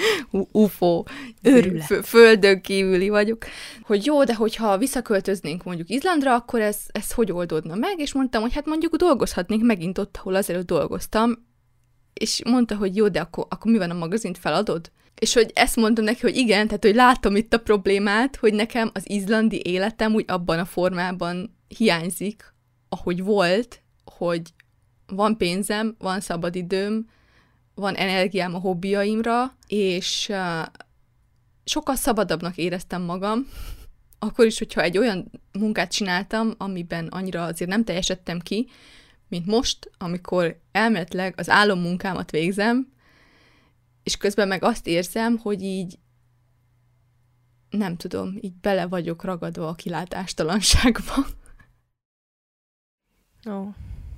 U F O. Őrület. Földön kívüli vagyok. Hogy jó, de hogyha visszaköltöznénk mondjuk Izlandra, akkor ez, ez hogy oldódna meg? És mondtam, hogy hát mondjuk dolgozhatnék megint ott, ahol azelőtt dolgoztam. És mondta, hogy jó, de akkor, akkor mi van, a magazint feladod? És hogy ezt mondom neki, hogy igen, tehát hogy látom itt a problémát, hogy nekem az izlandi életem úgy abban a formában hiányzik, ahogy volt, hogy van pénzem, van szabadidőm, van energiám a hobbiaimra, és uh, sokkal szabadabbnak éreztem magam, akkor is, hogyha egy olyan munkát csináltam, amiben annyira azért nem teljesedtem ki, mint most, amikor elméletileg az álommunkámat végzem, és közben meg azt érzem, hogy így nem tudom, így bele vagyok ragadva a kilátástalanságba. Ó. Oh.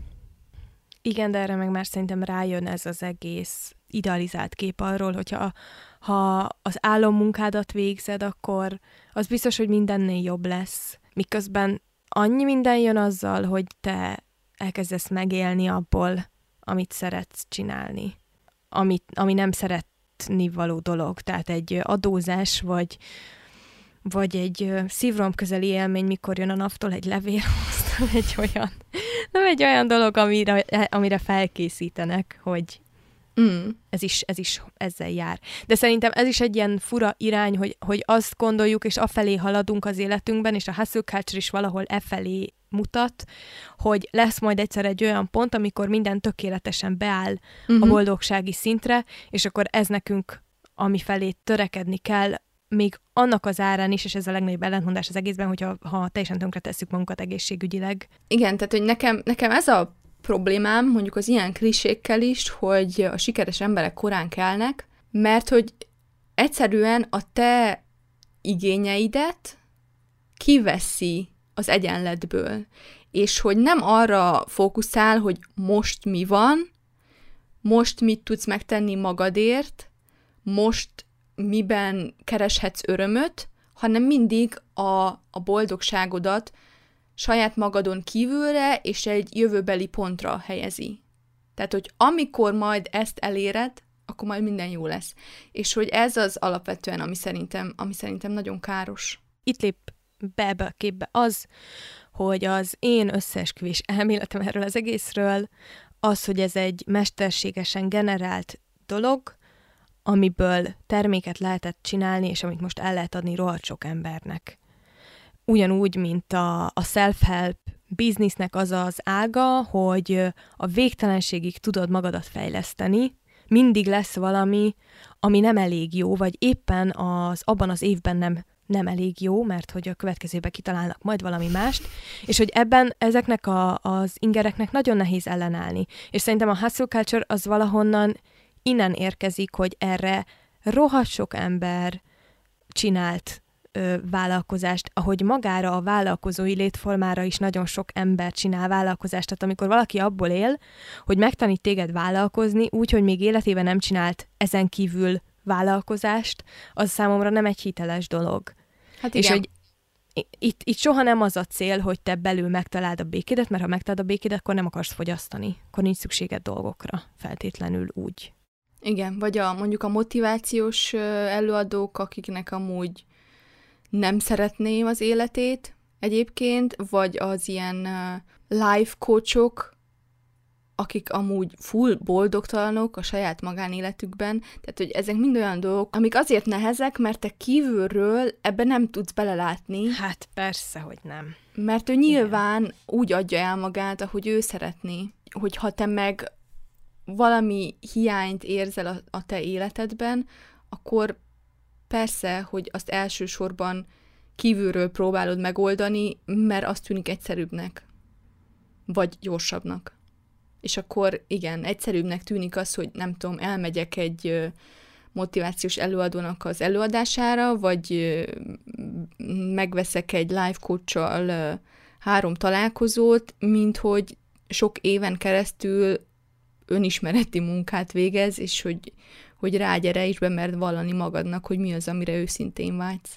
Igen, de erre meg már szerintem rájön ez az egész idealizált kép arról, hogyha ha az álommunkádat végzed, akkor az biztos, hogy mindennél jobb lesz. Miközben annyi minden jön azzal, hogy te elkezdesz megélni abból, amit szeretsz csinálni. Amit, ami nem szeretni való dolog. Tehát egy adózás, vagy, vagy egy szívrombközeli élmény, mikor jön a naptól egy levél, nem egy olyan, nem egy olyan dolog, amire, amire felkészítenek, hogy mm. ez, is, ez is ezzel jár. De szerintem ez is egy ilyen fura irány, hogy, hogy azt gondoljuk, és afelé haladunk az életünkben, és a hustle culture is valahol e felé mutat, hogy lesz majd egyszer egy olyan pont, amikor minden tökéletesen beáll uh-huh. a boldogsági szintre, és akkor ez nekünk, ami felé törekedni kell, még annak az árán is, és ez a legnagyobb ellentmondás az egészben, hogyha ha teljesen tönkretesszük magunkat egészségügyileg. Igen, tehát hogy nekem, nekem ez a problémám, mondjuk az ilyen klisékkel is, hogy a sikeres emberek korán kelnek, mert hogy egyszerűen a te igényeidet kiveszi az egyenletből, és hogy nem arra fókuszál, hogy most mi van, most mit tudsz megtenni magadért, most miben kereshetsz örömöt, hanem mindig a, a boldogságodat saját magadon kívülre és egy jövőbeli pontra helyezi. Tehát, hogy amikor majd ezt eléred, akkor majd minden jó lesz. És hogy ez az alapvetően, ami szerintem, ami szerintem nagyon káros. Itt lép be ebbe a képbe az, hogy az én összeesküvés elméletem erről az egészről, az, hogy ez egy mesterségesen generált dolog, amiből terméket lehetett csinálni, és amit most el lehet adni rohadt sok embernek. Ugyanúgy, mint a, a self-help biznisznek az az ága, hogy a végtelenségig tudod magadat fejleszteni, mindig lesz valami, ami nem elég jó, vagy éppen az abban az évben nem nem elég jó, mert hogy a következőben kitalálnak majd valami mást, és hogy ebben ezeknek a, az ingereknek nagyon nehéz ellenállni. És szerintem a hustle culture az valahonnan innen érkezik, hogy erre rohadt sok ember csinált ö, vállalkozást, ahogy magára a vállalkozói létformára is nagyon sok ember csinál vállalkozást. Tehát amikor valaki abból él, hogy megtanít téged vállalkozni, úgy, hogy még életében nem csinált ezen kívül vállalkozást, az számomra nem egy hiteles dolog. Hát és igen. hogy itt, itt soha nem az a cél, hogy te belül megtaláld a békédet, mert ha megtaláld a békédet, akkor nem akarsz fogyasztani. Akkor nincs szükséged dolgokra, feltétlenül úgy. Igen, vagy a, mondjuk a motivációs előadók, akiknek amúgy nem szeretném az életét egyébként, vagy az ilyen life coachok, akik amúgy full boldogtalanok a saját magánéletükben, tehát hogy ezek mind olyan dolgok, amik azért nehezek, mert te kívülről ebbe nem tudsz belelátni. Hát persze, hogy nem. Mert ő nyilván igen. úgy adja el magát, ahogy ő szeretné, hogy ha te meg valami hiányt érzel a, a te életedben, akkor persze, hogy azt elsősorban kívülről próbálod megoldani, mert azt tűnik egyszerűbbnek, vagy gyorsabbnak. És akkor igen, egyszerűbbnek tűnik az, hogy nem tudom, elmegyek egy motivációs előadónak az előadására, vagy megveszek egy life coach-sal három találkozót, mint hogy sok éven keresztül önismereti munkát végez, és hogy, hogy rágyere is bemerd vallani magadnak, hogy mi az, amire őszintén vágysz.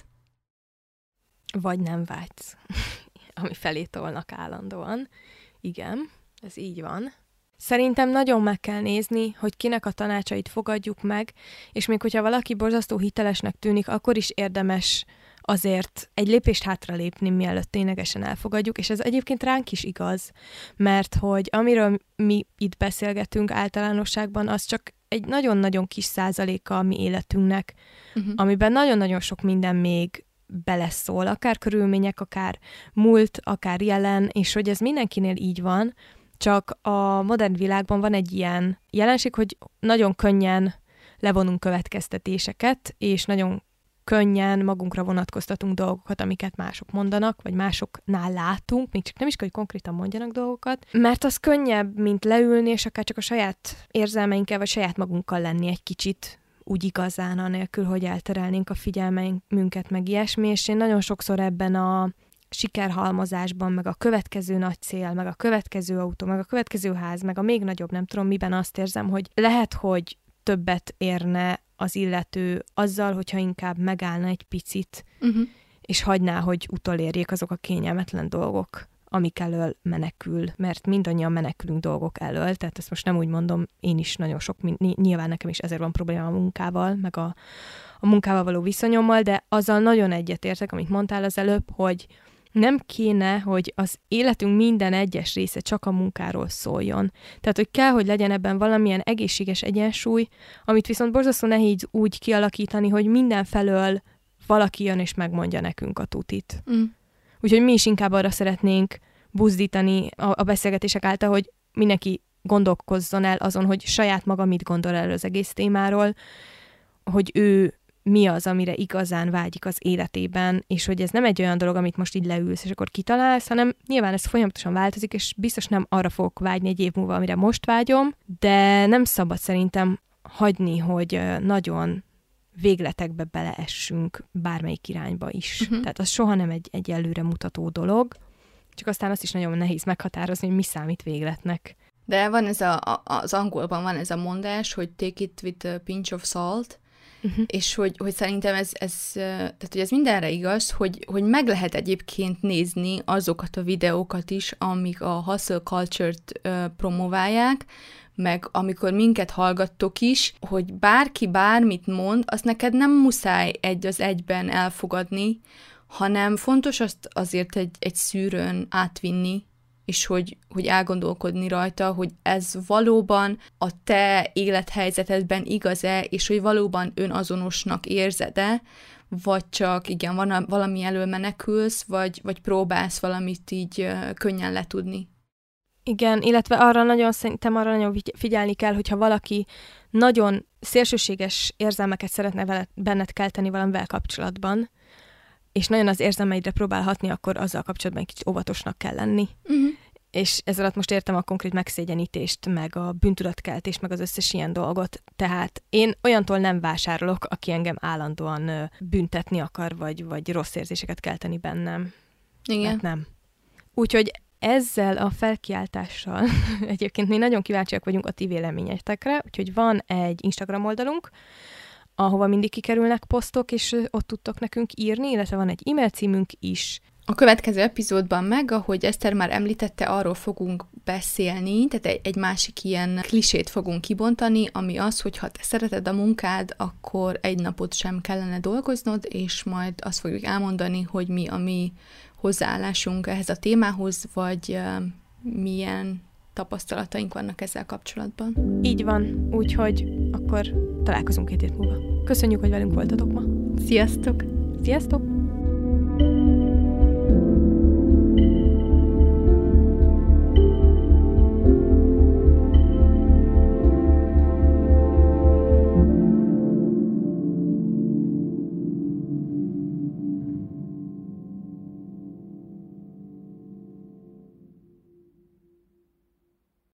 Vagy nem vágysz, ami felé tolnak állandóan. Igen, ez így van. Szerintem nagyon meg kell nézni, hogy kinek a tanácsait fogadjuk meg, és még hogyha valaki borzasztó hitelesnek tűnik, akkor is érdemes azért egy lépést hátra lépni, mielőtt ténylegesen elfogadjuk, és ez egyébként ránk is igaz, mert hogy amiről mi itt beszélgetünk általánosságban, az csak egy nagyon-nagyon kis százaléka a mi életünknek, uh-huh. amiben nagyon-nagyon sok minden még beleszól, akár körülmények, akár múlt, akár jelen, és hogy ez mindenkinél így van, csak a modern világban van egy ilyen jelenség, hogy nagyon könnyen levonunk következtetéseket, és nagyon könnyen magunkra vonatkoztatunk dolgokat, amiket mások mondanak, vagy másoknál látunk, még csak nem is kell, hogy konkrétan mondjanak dolgokat, mert az könnyebb, mint leülni, és akár csak a saját érzelmeinkkel, vagy saját magunkkal lenni egy kicsit úgy igazán, anélkül, hogy elterelnénk a figyelmünket, meg ilyesmi, és én nagyon sokszor ebben a sikerhalmozásban, meg a következő nagy cél, meg a következő autó, meg a következő ház, meg a még nagyobb, nem tudom miben azt érzem, hogy lehet, hogy többet érne az illető azzal, hogyha inkább megállna egy picit, uh-huh. és hagyná, hogy utolérjék azok a kényelmetlen dolgok, amik elől menekül, mert mindannyian menekülünk dolgok elől, tehát ezt most nem úgy mondom, én is nagyon sok, nyilván nekem is ezért van probléma a munkával, meg a, a munkával való viszonyommal, de azzal nagyon egyetértek, amit mondtál az előbb, hogy nem kéne, hogy az életünk minden egyes része csak a munkáról szóljon. Tehát, hogy kell, hogy legyen ebben valamilyen egészséges egyensúly, amit viszont borzasztó nehéz úgy kialakítani, hogy mindenfelől valaki jön és megmondja nekünk a tutit. Mm. Úgyhogy mi is inkább arra szeretnénk buzdítani a, a beszélgetések által, hogy mindenki gondolkozzon el azon, hogy saját maga mit gondol erről az egész témáról, hogy ő mi az, amire igazán vágyik az életében, és hogy ez nem egy olyan dolog, amit most így leülsz, és akkor kitalálsz, hanem nyilván ez folyamatosan változik, és biztos nem arra fogok vágyni egy év múlva, amire most vágyom, de nem szabad szerintem hagyni, hogy nagyon végletekbe beleessünk bármelyik irányba is. Uh-huh. Tehát az soha nem egy, egy előre mutató dolog, csak aztán azt is nagyon nehéz meghatározni, hogy mi számít végletnek. De van ez a, a, az angolban van ez a mondás, hogy take it with a pinch of salt, uh-huh. és hogy, hogy szerintem ez, ez, tehát, hogy ez mindenre igaz, hogy, hogy meg lehet egyébként nézni azokat a videókat is, amik a hustle culture-t uh, promoválják, meg amikor minket hallgattok is, hogy bárki bármit mond, azt neked nem muszáj egy az egyben elfogadni, hanem fontos azt azért egy, egy szűrőn átvinni, és hogy, hogy elgondolkodni rajta, hogy ez valóban a te élethelyzetedben igaz-e, és hogy valóban önazonosnak érzed-e, vagy csak igen, van, valami elől menekülsz, vagy, vagy próbálsz valamit így uh, könnyen letudni. Igen, illetve arra nagyon, szerintem arra nagyon figyelni kell, hogyha valaki nagyon szélsőséges érzelmeket szeretne veled, benned kelteni valamivel kapcsolatban, és nagyon az érzelmeidre próbál hatni, akkor azzal kapcsolatban egy kicsit óvatosnak kell lenni. Uh-huh. És ezzel alatt most értem a konkrét megszégyenítést, meg a bűntudatkeltést, meg az összes ilyen dolgot. Tehát én olyantól nem vásárolok, aki engem állandóan büntetni akar, vagy, vagy rossz érzéseket kelteni bennem. Igen. Hát nem. Úgyhogy ezzel a felkiáltással egyébként mi nagyon kíváncsiak vagyunk a ti véleményetekre, úgyhogy van egy Instagram oldalunk, ahova mindig kikerülnek posztok, és ott tudtok nekünk írni, illetve van egy e-mail címünk is. A következő epizódban meg, ahogy Eszter már említette, arról fogunk beszélni, tehát egy, egy másik ilyen klisét fogunk kibontani, ami az, hogy ha te szereted a munkád, akkor egy napot sem kellene dolgoznod, és majd azt fogjuk elmondani, hogy mi a mi hozzáállásunk ehhez a témához, vagy uh, milyen tapasztalataink vannak ezzel kapcsolatban. Így van, úgyhogy akkor találkozunk két hét múlva. Köszönjük, hogy velünk voltatok ma. Sziasztok! Sziasztok!